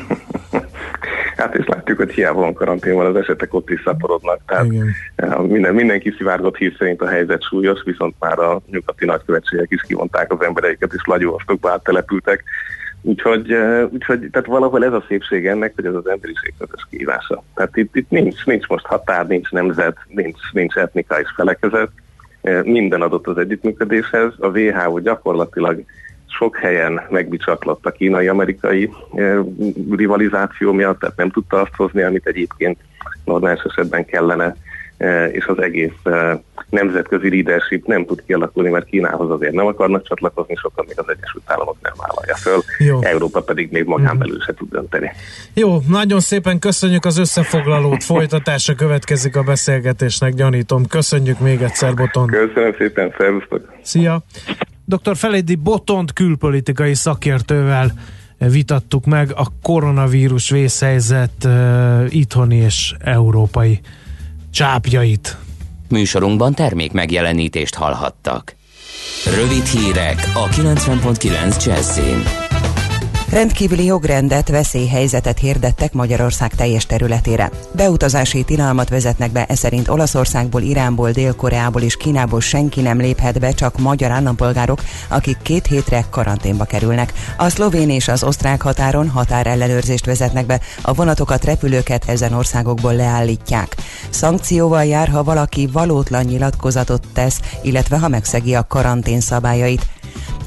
Hát és látjuk, hogy hiába van karanténban, az esetek ott is szaporodnak. Tehát minden, mindenki szivárgott hír szerint a helyzet súlyos, viszont már a nyugati nagykövetségek is kivonták az embereiket, és lagyóosztokba áttelepültek. Úgyhogy, úgyhogy tehát valahol ez a szépség ennek, hogy ez az emberiség közös kihívása. Tehát itt, itt nincs, nincs most határ, nincs nemzet, nincs, nincs etnika és felekezet. Minden adott az együttműködéshez. A vé há o gyakorlatilag sok helyen megbicsaklott a kínai-amerikai rivalizáció miatt, tehát nem tudta azt hozni, amit egyébként normális esetben kellene, és az egész nemzetközi leadership nem tud kialakulni, mert Kínához azért nem akarnak csatlakozni, sokan még az Egyesült Államok nem vállalja föl, jó. Európa pedig még magán belül se tud dönteni. Jó, nagyon szépen köszönjük az összefoglalót, folytatása következik a beszélgetésnek, gyanítom. Köszönjük még egyszer, Botond. Köszönöm szépen, szervusztok. Szia! doktor Feledi Botond külpolitikai szakértővel vitattuk meg a koronavírus vészhelyzet uh, itthoni és európai csápjait. Műsorunkban termék megjelenítést hallhattak. Rövid hírek a kilencven pont kilenc Jazzin. Rendkívüli jogrendet, veszélyhelyzetet hirdettek Magyarország teljes területére. Beutazási tilalmat vezetnek be, eszerint Olaszországból, Iránból, Dél-Koreából és Kínából senki nem léphet be, csak magyar állampolgárok, akik két hétre karanténba kerülnek. A szlovén és az osztrák határon határellenőrzést vezetnek be, a vonatokat, repülőket ezen országokból leállítják. Szankcióval jár, ha valaki valótlan nyilatkozatot tesz, illetve ha megszegi a karantén szabályait.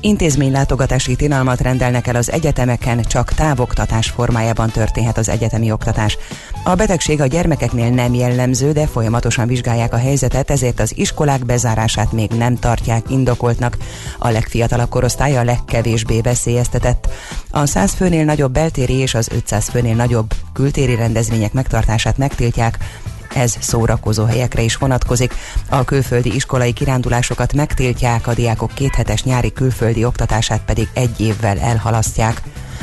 Intézménylátogatási tilalmat rendelnek el az egyetemeken, csak távoktatás formájában történhet az egyetemi oktatás. A betegség a gyermekeknél nem jellemző, de folyamatosan vizsgálják a helyzetet, ezért az iskolák bezárását még nem tartják indokoltnak. A legfiatalabb korosztály a legkevésbé veszélyeztetett. A száz főnél nagyobb beltéri és az ötszáz főnél nagyobb kültéri rendezvények megtartását megtiltják. Ez szórakozó helyekre is vonatkozik. A külföldi iskolai kirándulásokat megtiltják, a diákok kéthetes nyári külföldi oktatását pedig egy évvel elhalasztják.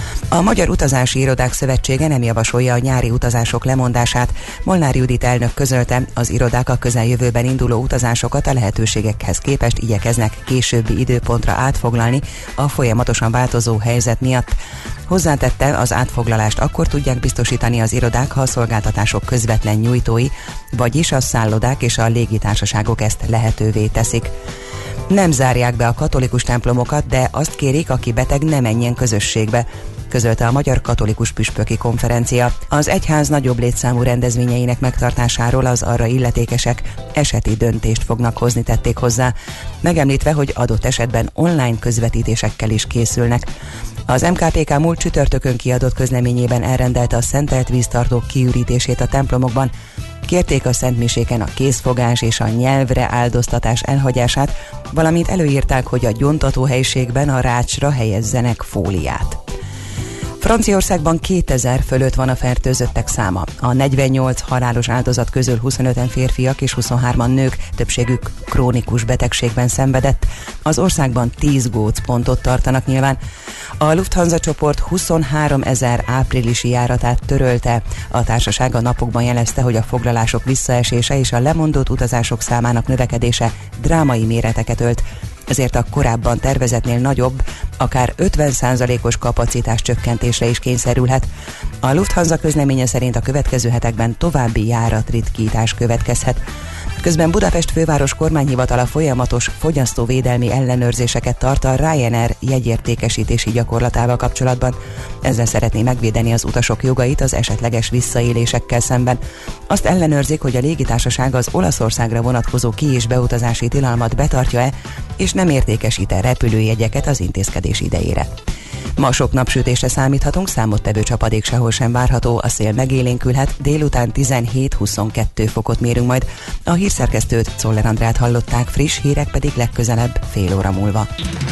A Magyar Utazási Irodák Szövetsége nem javasolja a nyári utazások lemondását. Molnár Judit elnök közölte, az irodák a közeljövőben induló utazásokat a lehetőségekhez képest igyekeznek későbbi időpontra átfoglalni a folyamatosan változó helyzet miatt. Hozzátette, az átfoglalást akkor tudják biztosítani az irodák, ha a szolgáltatások közvetlen nyújtói, vagyis a szállodák és a légitársaságok ezt lehetővé teszik. Nem zárják be a katolikus templomokat, de azt kérik, aki beteg, ne menjen közösségbe, közölte a Magyar Katolikus Püspöki Konferencia. Az egyház nagyobb létszámú rendezvényeinek megtartásáról az arra illetékesek eseti döntést fognak hozni, tették hozzá, megemlítve, hogy adott esetben online közvetítésekkel is készülnek. Az em ká pé ká múlt csütörtökön kiadott közleményében elrendelte a szentelt víztartók kiürítését a templomokban. Kérték a szentmiséken a kézfogás és a nyelvre áldoztatás elhagyását, valamint előírták, hogy a gyóntató helyiségben a rácsra helyezzenek fóliát. Franciaországban kétezer fölött van a fertőzöttek száma. A negyvennyolc halálos áldozat közül huszonöten férfiak és huszonhárman nők, többségük krónikus betegségben szenvedett. Az országban tíz gócpontot tartanak nyilván. A Lufthansa csoport huszonháromezer áprilisi járatát törölte. A társaság a napokban jelezte, hogy a foglalások visszaesése és a lemondott utazások számának növekedése drámai méreteket ölt. Ezért a korábban tervezetnél nagyobb, akár ötven százalékos kapacitás csökkentésre is kényszerülhet. A Lufthansa közleménye szerint a következő hetekben további járatritkítás következhet. Közben Budapest főváros kormányhivatala folyamatos fogyasztóvédelmi ellenőrzéseket tart a Ryanair jegyértékesítési gyakorlatával kapcsolatban. Ezzel szeretné megvédeni az utasok jogait az esetleges visszaélésekkel szemben. Azt ellenőrzik, hogy a légitársaság az Olaszországra vonatkozó ki- és beutazási tilalmat betartja-e, és nem értékesít-e repülőjegyeket az intézkedés idejére. Ma sok napsütésre számíthatunk, számottevő csapadék sehol sem várható, a szél megélénkülhet, délután tizenhét-huszonkettő fokot mérünk majd. A hírszerkesztőt, Czoller Andrát hallották, friss hírek pedig legközelebb fél óra múlva.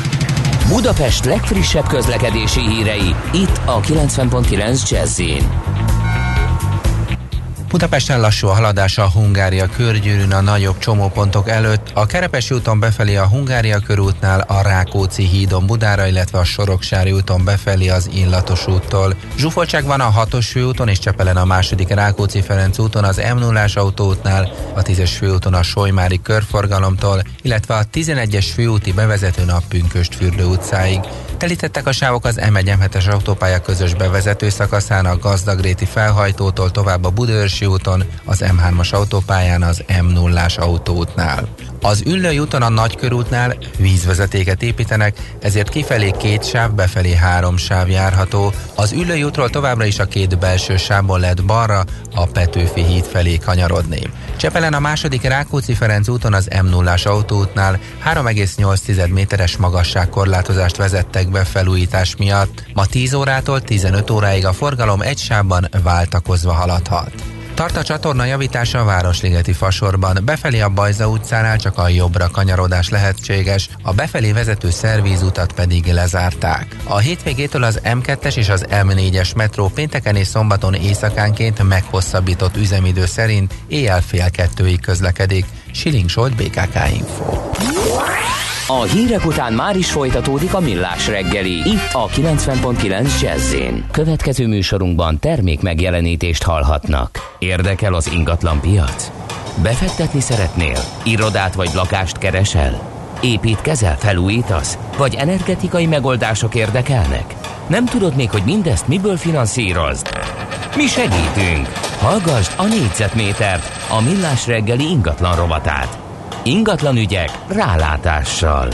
Budapest legfrissebb közlekedési hírei, itt a kilencven pont kilenc Jazz-in. Budapesten lassú a haladás a Hungária körgyűrűn a nagyobb csomópontok előtt, a Kerepesi úton befelé a Hungária körútnál, a Rákóczi hídon Budára, illetve a Soroksári úton befelé az Illatos úttól. Zsúfoltság van a hatos főúton és Csepelen a második Rákóczi-Ferenc úton, az em nullás autóútnál, a tízes főúton a Solymári körforgalomtól, illetve a tizenegyes főúti bevezetőn a Pünkösdfürdő utcáig. Telítettek a sávok az em egy em hetes autópálya közös bevezető szakaszán, a Gazdagréti felhajtótól tovább a Budaörsi úton, az em hármas autópályán az em nullás autóútnál. Az Üllői úton a Nagykörútnál vízvezetéket építenek, ezért kifelé két sáv, befelé három sáv járható. Az Üllői útról továbbra is a két belső sávból lehet balra, a Petőfi híd felé kanyarodni. Csepelen a második Rákóczi-Ferenc úton az em nullás autóútnál három egész nyolc méteres magasságkorlátozást vezettek be felújítás miatt. Ma tíz órától tizenöt óráig a forgalom egy sávban váltakozva haladhat. Tart a csatorna javítása a Városligeti fasorban, befelé a Bajza utcánál csak a jobbra kanyarodás lehetséges, a befelé vezető szervízutat pedig lezárták. A hétvégétől az em kettes és az em négyes metró pénteken és szombaton éjszakánként meghosszabbított üzemidő szerint éjjel fél kettőig közlekedik. Siling Zsolt, bé ká ká Info. A hírek után már is folytatódik a Millás reggeli, itt a kilencven pont kilenc Jazz-in. Következő műsorunkban termék megjelenítést hallhatnak. Érdekel az ingatlan piac? Befektetni szeretnél? Irodát vagy lakást keresel? Építkezel, felújítasz? Vagy energetikai megoldások érdekelnek? Nem tudod még, hogy mindezt miből finanszírozd? Mi segítünk! Hallgasd a négyzetmétert, a Millás reggeli ingatlan rovatát. Ingatlan ügyek rálátással.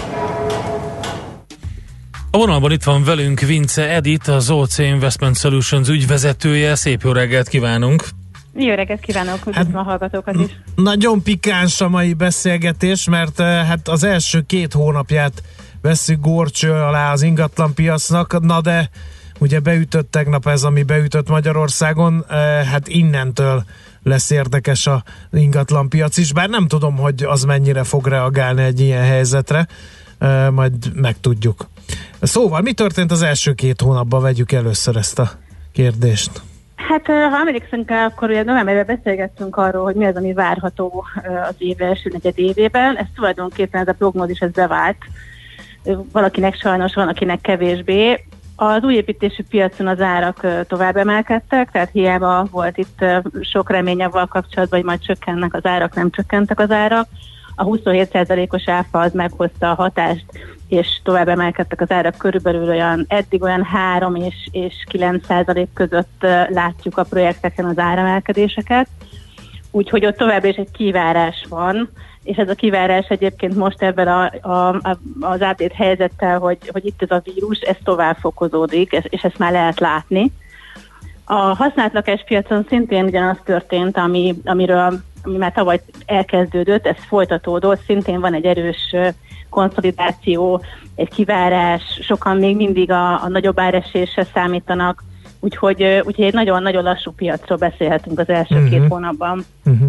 A vonalban itt van velünk Vince Edith, az o cé Investment Solutions ügyvezetője. Szép jó reggelt kívánunk! Jó reggelt kívánok, üdvözlöm hát, a hallgatókat is! Nagyon pikáns a mai beszélgetés, mert hát az első két hónapját vesszük górcső alá az ingatlanpiacnak, na de ugye beütött tegnap ez, ami beütött Magyarországon, hát innentől lesz érdekes az ingatlanpiac is, bár nem tudom, hogy az mennyire fog reagálni egy ilyen helyzetre, majd megtudjuk. Szóval, mi történt az első két hónapban? Vegyük először ezt a kérdést. Hát, ha emlékszünk el, akkor ugye novemberben beszélgettünk arról, hogy mi az, ami várható az év első negyed évében. Ez tulajdonképpen ez a prognózis, ez bevált. Valakinek sajnos, van, akinek kevésbé. Az újépítési piacon az árak tovább emelkedtek, tehát hiába volt itt sok remény avval kapcsolatban, hogy majd csökkennek az árak, nem csökkentek az árak. A huszonhét százalékos áfa az meghozta a hatást, és tovább emelkedtek az árak, körülbelül olyan, eddig olyan három és, és kilenc százalék között látjuk a projekteken az áremelkedéseket. Úgyhogy ott továbbra is egy kivárás van, és ez a kivárás egyébként most ebben a, a, az átét helyzettel, hogy, hogy itt ez a vírus, ez tovább fokozódik, és ezt már lehet látni. A használt lakáspiacon szintén ugyanaz történt, ami, amiről ami már tavaly elkezdődött, ez folytatódott, szintén van egy erős konszolidáció, egy kivárás, sokan még mindig a, a nagyobb áresésre számítanak, úgyhogy, úgyhogy egy nagyon-nagyon lassú piacról beszélhetünk az első uh-huh. két hónapban. Uh-huh.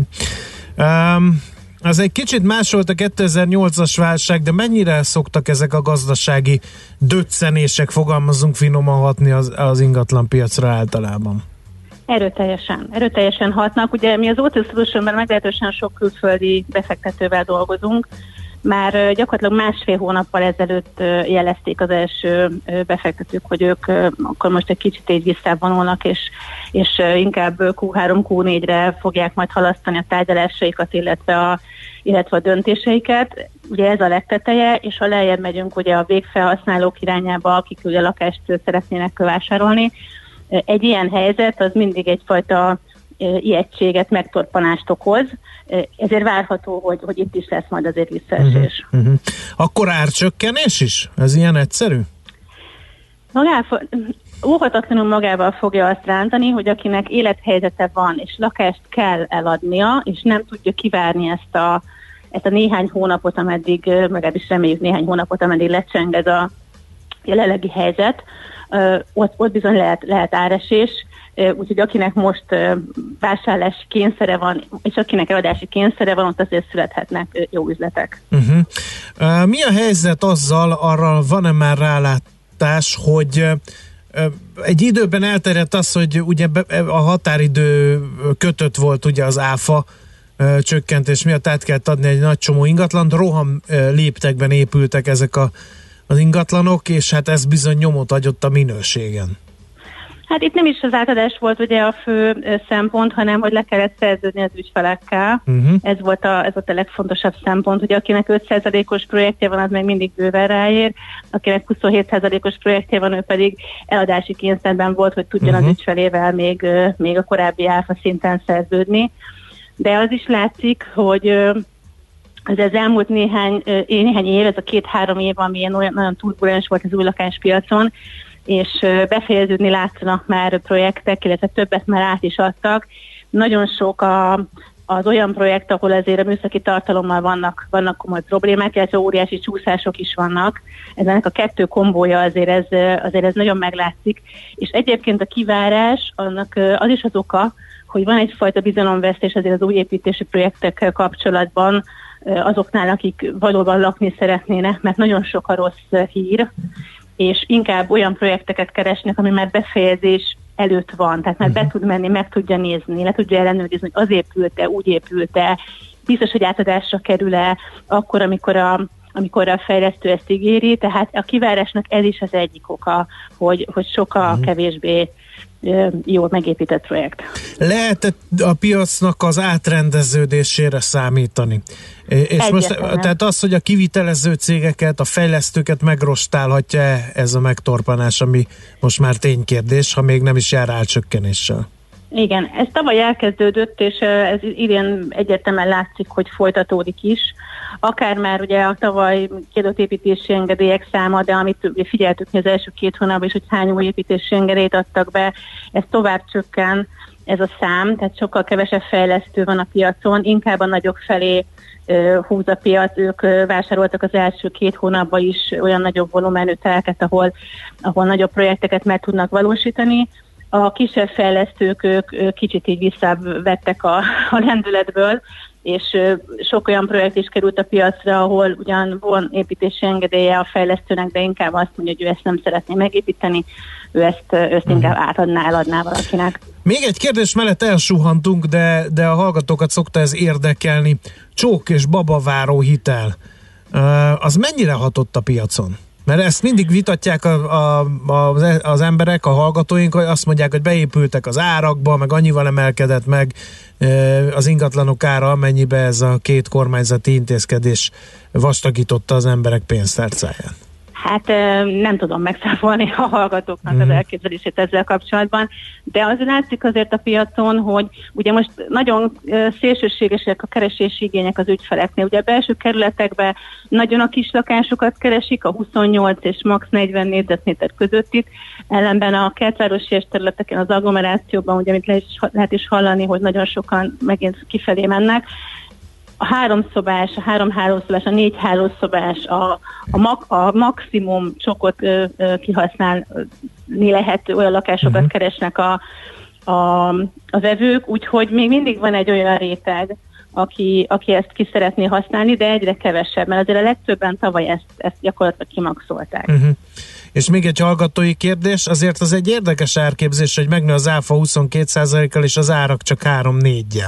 Um, az egy kicsit más volt a kétezer-nyolcas válság, de mennyire szoktak ezek a gazdasági döccenések, fogalmazunk finoman, hatni az, az ingatlanpiacra általában? Erőteljesen, erőteljesen hatnak. Ugye mi az o té Solutionben meglehetősen sok külföldi befektetővel dolgozunk. Már gyakorlatilag másfél hónappal ezelőtt jelezték az első befektetők, hogy ők akkor most egy kicsit így visszavonulnak, és, és inkább kú három kú négyre fogják majd halasztani a tárgyalásaikat, illetve a, illetve a döntéseiket. Ugye ez a legteteje, és ha lejjebb megyünk ugye a végfelhasználók irányába, akik ugye lakást szeretnének vásárolni, egy ilyen helyzet az mindig egyfajta ijegységet, megtorpanást okoz, ezért várható, hogy, hogy itt is lesz majd azért visszaesés. Uh-huh, uh-huh. Akkor árcsökkenés is? Ez ilyen egyszerű? Magával, óhatatlanul magával fogja azt rántani, hogy akinek élethelyzete van, és lakást kell eladnia, és nem tudja kivárni ezt a, ezt a néhány hónapot, ameddig, legalábbis reméljük néhány hónapot, ameddig lecseng ez a jelenlegi helyzet, ott, ott bizony lehet, lehet áresés, úgyhogy akinek most vásárlási kényszere van, és akinek eladási kényszere van, ott azért születhetnek jó üzletek. Uh-huh. Uh, mi a helyzet azzal, arra van-e már rálátás, hogy uh, egy időben elterjedt az, hogy ugye a határidő kötött volt ugye az áfa uh, csökkentés miatt, át kellett adni egy nagy csomó ingatlant, roham uh, léptekben épültek ezek a az ingatlanok, és hát ez bizony nyomot adott a minőségen. Hát itt nem is az átadás volt ugye a fő szempont, hanem hogy le kellett szerződni az ügyfelekkel. Uh-huh. Ez volt a, ez volt a legfontosabb szempont, hogy akinek öt százalékos projektje van, az még mindig bőven ráér, akinek huszonhét százalékos projektje van, ő pedig eladási kényszerben volt, hogy tudjon uh-huh. az ügyfelével még, még a korábbi áfa szinten szerződni. De az is látszik, hogy ez az elmúlt néhány, néhány év, ez a két-három év, ami ilyen olyan, nagyon turbulens volt az új lakáspiacon, és befejeződni látszanak már projektek, illetve többet már át is adtak. Nagyon sok a, az olyan projekt, ahol azért a műszaki tartalommal vannak, vannak komoly problémák, illetve óriási csúszások is vannak. Ennek a kettő kombója azért ez, azért ez nagyon meglátszik. És egyébként a kivárás, annak az is az oka, hogy van egyfajta bizalomvesztés azért az új építési projektekkel kapcsolatban, azoknál, akik valóban lakni szeretnének, mert nagyon sok a rossz hír, és inkább olyan projekteket keresnek, ami már befejezés előtt van, tehát már be tud menni, meg tudja nézni, le tudja ellenőrizni, hogy az épült-e, úgy épült-e, biztos, hogy átadásra kerül-e, akkor, amikor a, amikor a fejlesztő ezt ígéri, tehát a kivárásnak ez is az egyik oka, hogy, hogy sok a kevésbé jól megépített projekt. Lehet a piacnak az átrendeződésére számítani? És most, tehát az, hogy a kivitelező cégeket, a fejlesztőket megrostálhatja ez a megtorpanás, ami most már ténykérdés, ha még nem is jár árcsökkenéssel? Igen, ez tavaly elkezdődött, és ez idén egyértelműen látszik, hogy folytatódik is. Akár már ugye a tavaly kiadott építési engedélyek száma, de amit figyeltük mi az első két hónapban is, hogy hány új építési engedélyt adtak be, ez tovább csökken, ez a szám, tehát sokkal kevesebb fejlesztő van a piacon, inkább a nagyok felé húz a piac, ők vásároltak az első két hónapban is olyan nagyobb volumenű telket, ahol, ahol nagyobb projekteket meg tudnak valósítani. A kisebb fejlesztők ők kicsit így visszavettek a, a lendületből, és sok olyan projekt is került a piacra, ahol ugyan van építési engedélye a fejlesztőnek, de inkább azt mondja, hogy ő ezt nem szeretné megépíteni, ő ezt, ezt inkább átadná, eladná valakinek. Még egy kérdés mellett elsuhantunk, de, de a hallgatókat szokta ez érdekelni. Csók és babaváró hitel, az mennyire hatott a piacon? Mert ezt mindig vitatják a, a, a, az emberek, a hallgatóink, hogy azt mondják, hogy beépültek az árakba, meg annyival emelkedett meg az ingatlanok ára, amennyibe ez a két kormányzati intézkedés vastagította az emberek pénztárcáján. Hát nem tudom megszámolni a hallgatóknak mm. az elképzelését ezzel kapcsolatban, de az látszik azért a piacon, hogy ugye most nagyon szélsőségesek a keresési igények az ügyfeleknél. Ugye a belső kerületekben nagyon a kis lakásokat keresik, a huszonnyolc és max. negyven négyzetméter közöttit, ellenben a kertvárosi területeken, az agglomerációban, ugye amit le is, lehet is hallani, hogy nagyon sokan megint kifelé mennek. A háromszobás, a három-hálószobás, a négy hálószobás, a, a, mag, a maximum csokot ö, ö, kihasználni lehet, olyan lakásokat uh-huh. keresnek a, a, a vevők, úgyhogy még mindig van egy olyan réteg, aki, aki ezt ki szeretné használni, de egyre kevesebb, mert azért a legtöbben tavaly ezt, ezt gyakorlatilag kimaxolták. Uh-huh. És még egy hallgatói kérdés, azért az egy érdekes árképzés, hogy megnő az áfa huszonkét százalékkal és az árak csak három-négyel.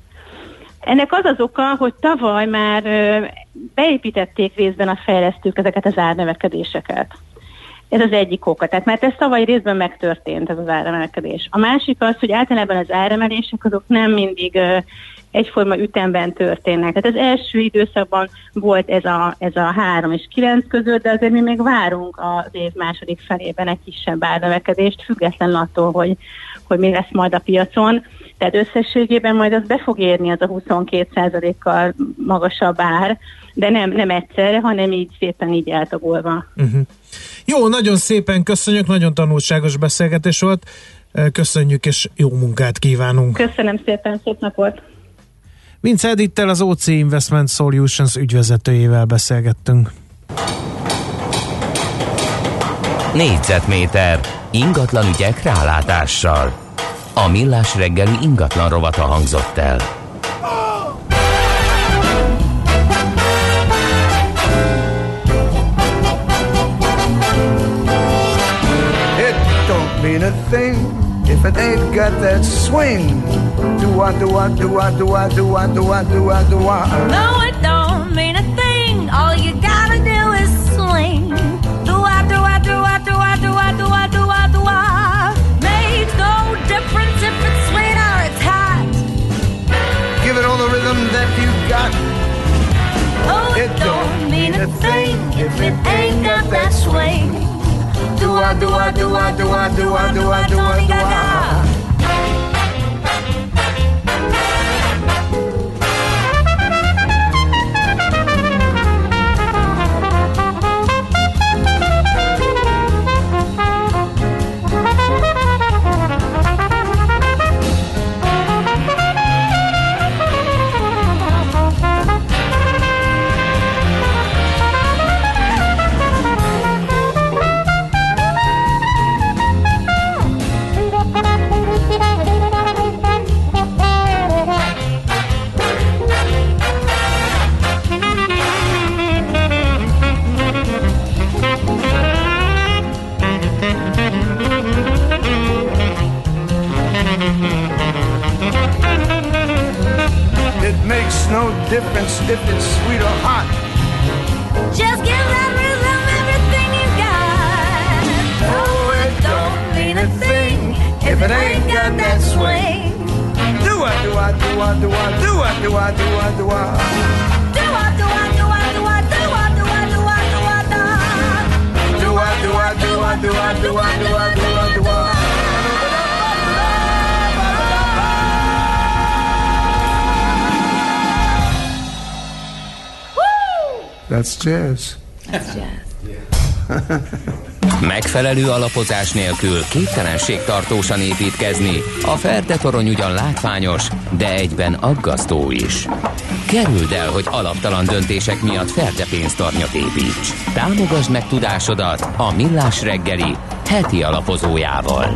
Ennek az az oka, hogy tavaly már beépítették részben a fejlesztők ezeket az árnövekedéseket. Ez az egyik oka. Tehát mert ez tavaly részben megtörtént, ez az áremelkedés. A másik az, hogy általában az áremelések azok nem mindig egyforma ütemben történnek. Tehát az első időszakban volt ez a, ez a három és kilenc között, de azért mi még várunk az év második felében egy kisebb árnövekedést, függetlenül attól, hogy, hogy mi lesz majd a piacon. Tehát összességében majd az be fog érni az a huszonkét százalékkal magasabb ár, de nem, nem egyszerre, hanem így szépen így eltagolva. Uh-huh. Jó, nagyon szépen köszönjük, nagyon tanulságos beszélgetés volt. Köszönjük, és jó munkát kívánunk. Köszönöm szépen, szép napot! Vince Edittel, az o cé Investment Solutions ügyvezetőjével beszélgettünk. Négyzetméter ingatlan ügyek rálátással. A Millás reggeli ingatlan rovata hangzott el. It don't mean a thing if it ain't got that swing. Do-a, do-a, do-a, do-a, do-a, do-a, do-a, do-a. No, it don't mean a thing. All you gotta do is swing. Do-a, do-a, do-a, do-a, do-a, do-a, do-a, do-a. Makes no difference if it's sweet or it's hot. Give it all the rhythm that you got. Oh, it, it don't mean a thing if it ain't got that swing. Do-a, do-a, do-a, do-a, do-a, do-a, do-a, do-a. No difference if it's sweet or hot. Just give that rhythm everything you got. Oh, it don't mean a thing if it ain't got that swing. Do-a, do-a, do-a, do-a, do-a, do-a, do-a, do-a. Do-a, do-a, do-a, do-a, do-a, do-a, do-a, do-a, do-a. Do-a, do-a, do-a, do-a, do-a, do-a, do-a, do-a. That's jazz. That's jazz. Yeah. Megfelelő alapozás nélkül képtelenség tartósan építkezni. A Ferde torony ugyan látványos, de egyben aggasztó is. Kerüld el, hogy alaptalan döntések miatt Ferde pénztarnyat építs. Támogasd meg tudásodat a Millás reggeli heti alapozójával.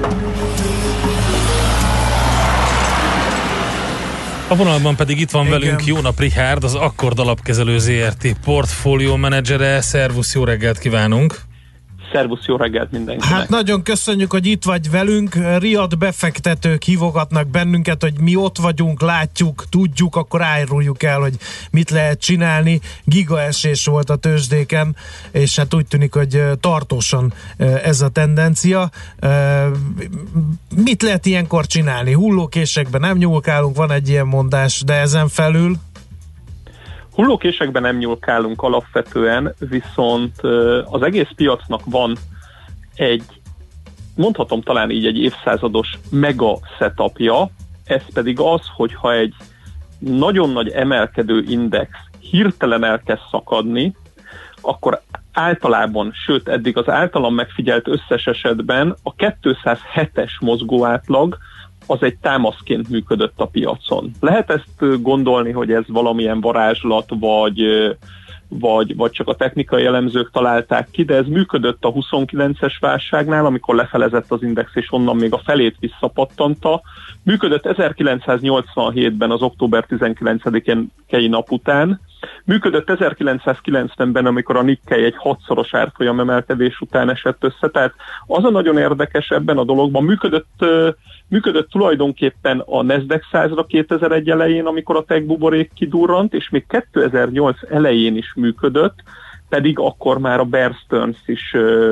A vonalban pedig itt van Igen. velünk Jónap Richárd, az Akkord Alapkezelő zé er té portfólió menedzsere. Szervusz, jó reggelt kívánunk! Szervusz, jó reggelt mindenkinek! Hát nagyon köszönjük, hogy itt vagy velünk. Riad befektetők hívogatnak bennünket, hogy mi ott vagyunk, látjuk, tudjuk, akkor áruljuk el, hogy mit lehet csinálni. Gigaesés volt a tőzsdéken, és hát úgy tűnik, hogy tartósan ez a tendencia. Mit lehet ilyenkor csinálni? Hullókésekben nem nyúlkálunk, van egy ilyen mondás, de ezen felül? Hullókésekben nem nyúlkálunk alapvetően, viszont az egész piacnak van egy, mondhatom talán így egy évszázados mega setupja, ez pedig az, hogyha egy nagyon nagy emelkedő index hirtelen elkezd szakadni, akkor általában, sőt eddig az általam megfigyelt összes esetben a kétszázhetes mozgóátlag az egy támaszként működött a piacon. Lehet ezt gondolni, hogy ez valamilyen varázslat, vagy, vagy, vagy csak a technikai elemzők találták ki, de ez működött a huszonkilences válságnál, amikor lefelezett az index, és onnan még a felét visszapattanta. Működött ezerkilencszáznyolcvanhétben az október tizenkilencedikei nap után. Működött ezerkilencszázkilencvenben, amikor a Nikkei egy hatszoros árfolyam emelkedés után esett össze. Tehát az a nagyon érdekes ebben a dologban, működött, működött tulajdonképpen a Nasdaq százra kétezer-egy elején, amikor a tech buborék kidurrant, és még kétezer-nyolc elején is működött, pedig akkor már a Bear Stearns is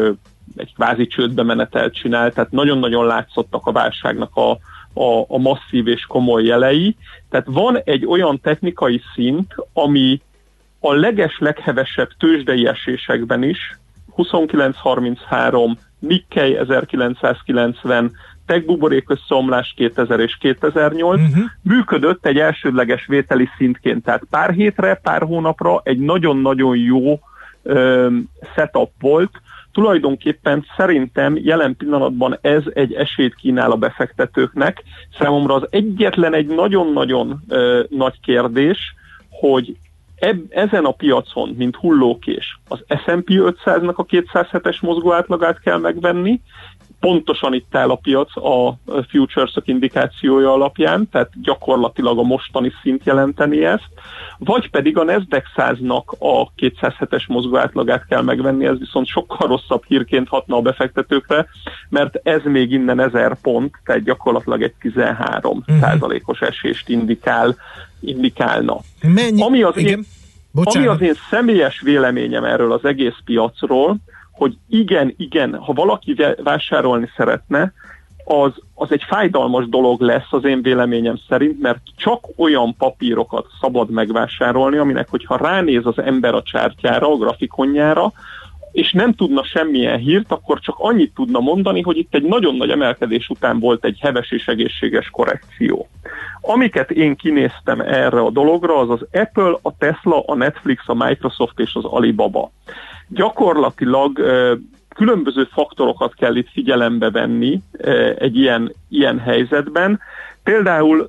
egy kvázi csődbe menetelt csinált, tehát nagyon-nagyon látszottak a válságnak a, a, a masszív és komoly jelei. Tehát van egy olyan technikai szint, ami a leges leghevesebb tőzsdei esésekben is, huszonkilenc harminchárom, Nikkei ezerkilencszázkilencven, tech buborék összeomlás kétezer és kétezer-nyolc uh-huh. működött egy elsődleges vételi szintként, tehát pár hétre, pár hónapra egy nagyon-nagyon jó ö, setup volt. Tulajdonképpen szerintem jelen pillanatban ez egy esélyt kínál a befektetőknek. Számomra az egyetlen egy nagyon-nagyon ö, nagy kérdés, hogy eb, ezen a piacon, mint hullókés, az es and pé ötszáznak a kétszázhetes mozgóátlagát kell megvenni, pontosan itt áll a piac a futures-ök indikációja alapján, tehát gyakorlatilag a mostani szint jelenteni ezt, vagy pedig a Nasdaq száznak a kétszázhetes mozgóátlagát kell megvenni, ez viszont sokkal rosszabb hírként hatna a befektetőkre, mert ez még innen ezer pont, tehát gyakorlatilag egy tizenhárom százalékos esést indikál, indikálna. Mennyi? Ami az, Igen. én, ami az én személyes véleményem erről az egész piacról, hogy igen, igen, ha valaki vásárolni szeretne, az, az egy fájdalmas dolog lesz az én véleményem szerint, mert csak olyan papírokat szabad megvásárolni, aminek, hogyha ránéz az ember a csártyára, a grafikonjára, és nem tudna semmilyen hírt, akkor csak annyit tudna mondani, hogy itt egy nagyon nagy emelkedés után volt egy heves és egészséges korrekció. Amiket én kinéztem erre a dologra, az az Apple, a Tesla, a Netflix, a Microsoft és az Alibaba. Gyakorlatilag különböző faktorokat kell itt figyelembe venni egy ilyen, ilyen helyzetben. Például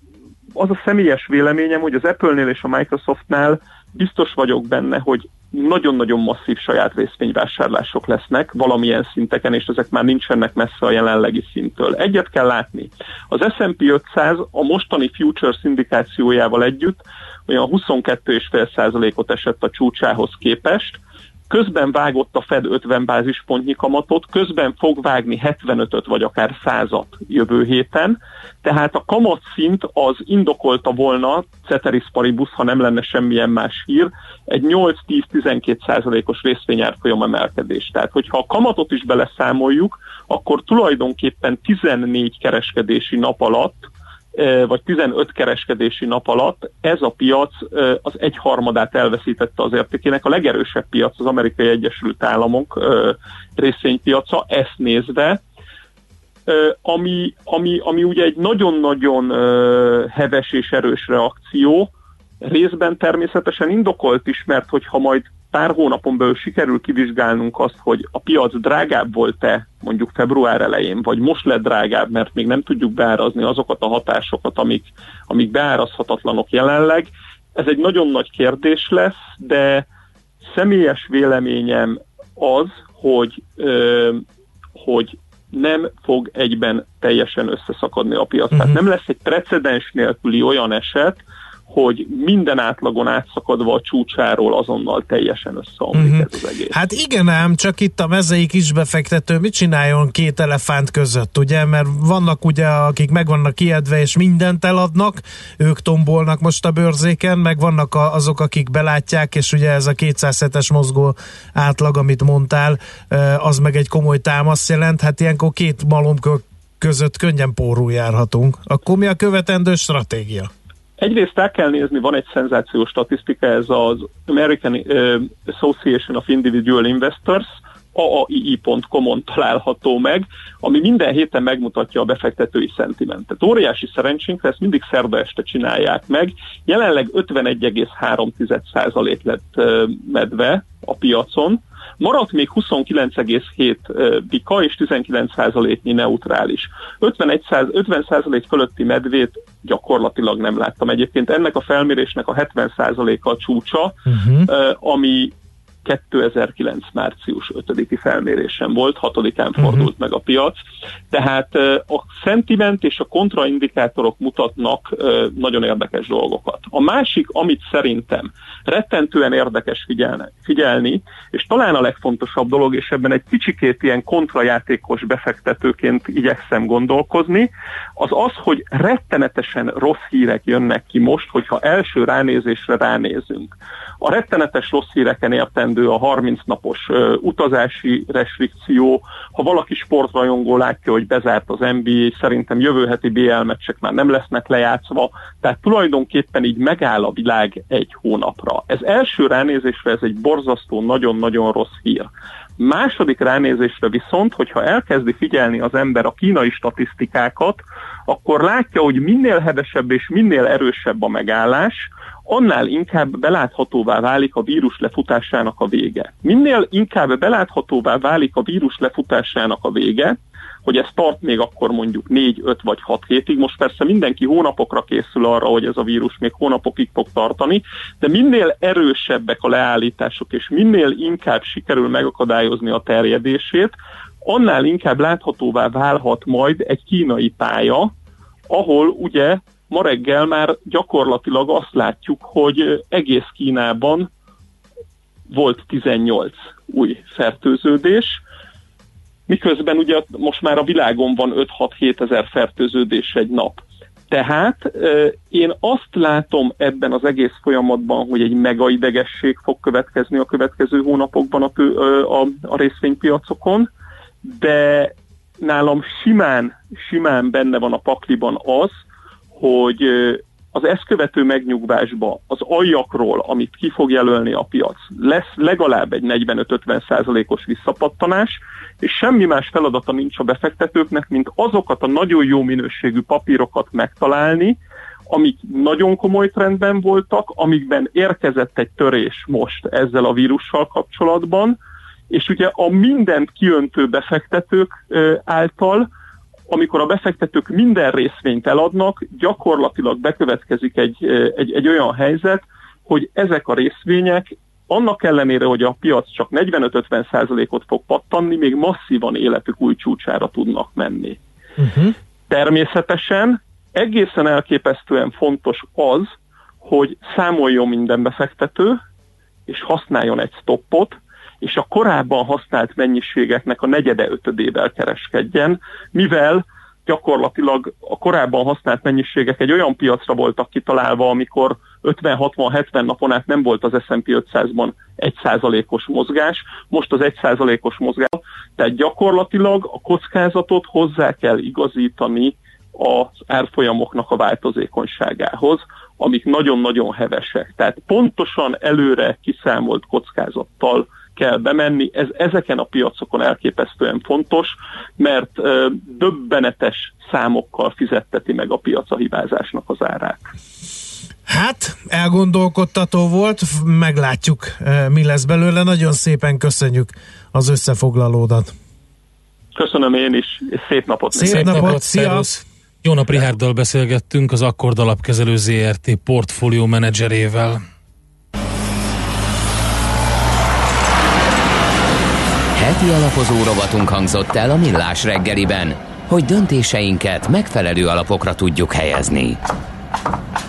az a személyes véleményem, hogy az Apple-nél és a Microsoftnál biztos vagyok benne, hogy nagyon-nagyon masszív saját részvényvásárlások lesznek valamilyen szinteken, és ezek már nincsenek messze a jelenlegi szinttől. Egyet kell látni. Az es and pé ötszáz a mostani futures indikációjával együtt olyan huszonkettő egész öt százalékot esett a csúcsához képest, közben vágott a Fed ötven bázispontnyi kamatot, közben fog vágni hetvenötöt vagy akár százat jövő héten, tehát a kamatszint az indokolta volna, ceteris paribus, ha nem lenne semmilyen más hír, egy nyolc-tíz-tizenkét százalékos részvényárfolyam emelkedés. Tehát, hogyha a kamatot is beleszámoljuk, akkor tulajdonképpen tizennégy kereskedési nap alatt vagy tizenöt kereskedési nap alatt ez a piac az egyharmadát elveszítette az értékének. A legerősebb piac az Amerikai Egyesült Államok részvénypiaca, ezt nézve, ami, ami, ami ugye egy nagyon-nagyon heves és erős reakció, részben természetesen indokolt is, mert hogyha majd pár hónapon belül sikerül kivizsgálnunk azt, hogy a piac drágább volt-e mondjuk február elején, vagy most lett drágább, mert még nem tudjuk beárazni azokat a hatásokat, amik, amik beárazhatatlanok jelenleg. Ez egy nagyon nagy kérdés lesz, de személyes véleményem az, hogy, ö, hogy nem fog egyben teljesen összeszakadni a piac. Uh-huh. Tehát nem lesz egy precedens nélküli olyan eset, hogy minden átlagon átszakadva a csúcsáról azonnal teljesen összeomlik uh-huh. ez az egész. Hát igen ám, csak itt a mezei kisbefektető mit csináljon két elefánt között, ugye? Mert vannak ugye, akik meg vannak ijedve és mindent eladnak, ők tombolnak most a bőrzéken, meg vannak a, azok, akik belátják, és ugye ez a kétszázhetes mozgó átlag, amit mondtál, az meg egy komoly támasz jelent, hát ilyenkor két malom között könnyen pórul járhatunk. Akkor mi a követendő stratégia? Egyrészt el kell nézni, van egy szenzációs statisztika, ez az American uh, Association of Individual Investors, á á i i pont com-on található meg, ami minden héten megmutatja a befektetői szentimentet. Óriási szerencsénkre ezt mindig szerda este csinálják meg. Jelenleg ötvenegy egész három százalék lett uh, medve a piacon, maradt még huszonkilenc egész hét bika és tizenkilenc százaléknyi neutrális. ötven százalék fölötti medvét gyakorlatilag nem láttam. Egyébként ennek a felmérésnek a hetven százaléka a csúcsa, uh-huh. ami kétezer-kilenc március ötödiki felmérésen volt, hatodikán uh-huh. fordult meg a piac. Tehát a szentiment és a kontraindikátorok mutatnak nagyon érdekes dolgokat. A másik, amit szerintem rettentően érdekes figyelni, figyelni, és talán a legfontosabb dolog, és ebben egy kicsikét ilyen kontrajátékos befektetőként igyekszem gondolkozni, az az, hogy rettenetesen rossz hírek jönnek ki most, hogyha első ránézésre ránézünk. A rettenetes rossz híreken értendő a harminc napos uh, utazási restrikció. Ha valaki sportrajongó látja, hogy bezárt az en bé á, szerintem jövő heti bé el meccsek már nem lesznek lejátszva, tehát tulajdonképpen így megáll a világ egy hónapra. Ez első ránézésre ez egy borzasztó, nagyon-nagyon rossz hír. Második ránézésre viszont, hogyha elkezdi figyelni az ember a kínai statisztikákat, akkor látja, hogy minél hevesebb és minél erősebb a megállás, annál inkább beláthatóvá válik a vírus lefutásának a vége. Minél inkább beláthatóvá válik a vírus lefutásának a vége, hogy ez tart még akkor mondjuk négy, öt vagy hat hétig. Most persze mindenki hónapokra készül arra, hogy ez a vírus még hónapokig fog tartani, de minél erősebbek a leállítások, és minél inkább sikerül megakadályozni a terjedését, annál inkább láthatóvá válhat majd egy kínai pálya, ahol ugye ma reggel már gyakorlatilag azt látjuk, hogy egész Kínában volt tizennyolc új fertőződés, miközben ugye most már a világon van öt-hat-hét ezer fertőződés egy nap. Tehát én azt látom ebben az egész folyamatban, hogy egy megaidegesség fog következni a következő hónapokban a, a, a részvénypiacokon, de nálam simán, simán benne van a pakliban az, hogy az ezt követő megnyugvásba az aljakról, amit ki fog jelölni a piac, lesz legalább egy negyvenöt-ötven százalékos visszapattanás, és semmi más feladata nincs a befektetőknek, mint azokat a nagyon jó minőségű papírokat megtalálni, amik nagyon komoly trendben voltak, amikben érkezett egy törés most ezzel a vírussal kapcsolatban, és ugye a mindent kiöntő befektetők által, amikor a befektetők minden részvényt eladnak, gyakorlatilag bekövetkezik egy, egy, egy olyan helyzet, hogy ezek a részvények annak ellenére, hogy a piac csak negyvenöt-ötven százalékot fog pattanni, még masszívan életük új csúcsára tudnak menni. Uh-huh. Természetesen egészen elképesztően fontos az, hogy számoljon minden befektető, és használjon egy stoppot, és a korábban használt mennyiségeknek a negyede ötödével kereskedjen, mivel gyakorlatilag a korábban használt mennyiségek egy olyan piacra voltak kitalálva, amikor ötven-hatvan-hetven napon át nem volt az es and pé ötszázban egy százalékos mozgás, most az egy százalékos mozgás, tehát gyakorlatilag a kockázatot hozzá kell igazítani az árfolyamoknak a változékonyságához, amik nagyon-nagyon hevesek. Tehát pontosan előre kiszámolt kockázattal kell bemenni, ez ezeken a piacokon elképesztően fontos, mert ö, döbbenetes számokkal fizetteti meg a piac a hibázásnak az árát. Hát, elgondolkodtató volt, meglátjuk, mi lesz belőle. Nagyon szépen köszönjük az összefoglalódat. Köszönöm én is, és szép napot! Szép, szép napot, napot, szia! Jó nap, Richárddal beszélgettünk, az Akkord Alapkezelő zé er té portfólió menedzserével. Heti alapozó rovatunk hangzott el a Millás reggeliben, hogy döntéseinket megfelelő alapokra tudjuk helyezni.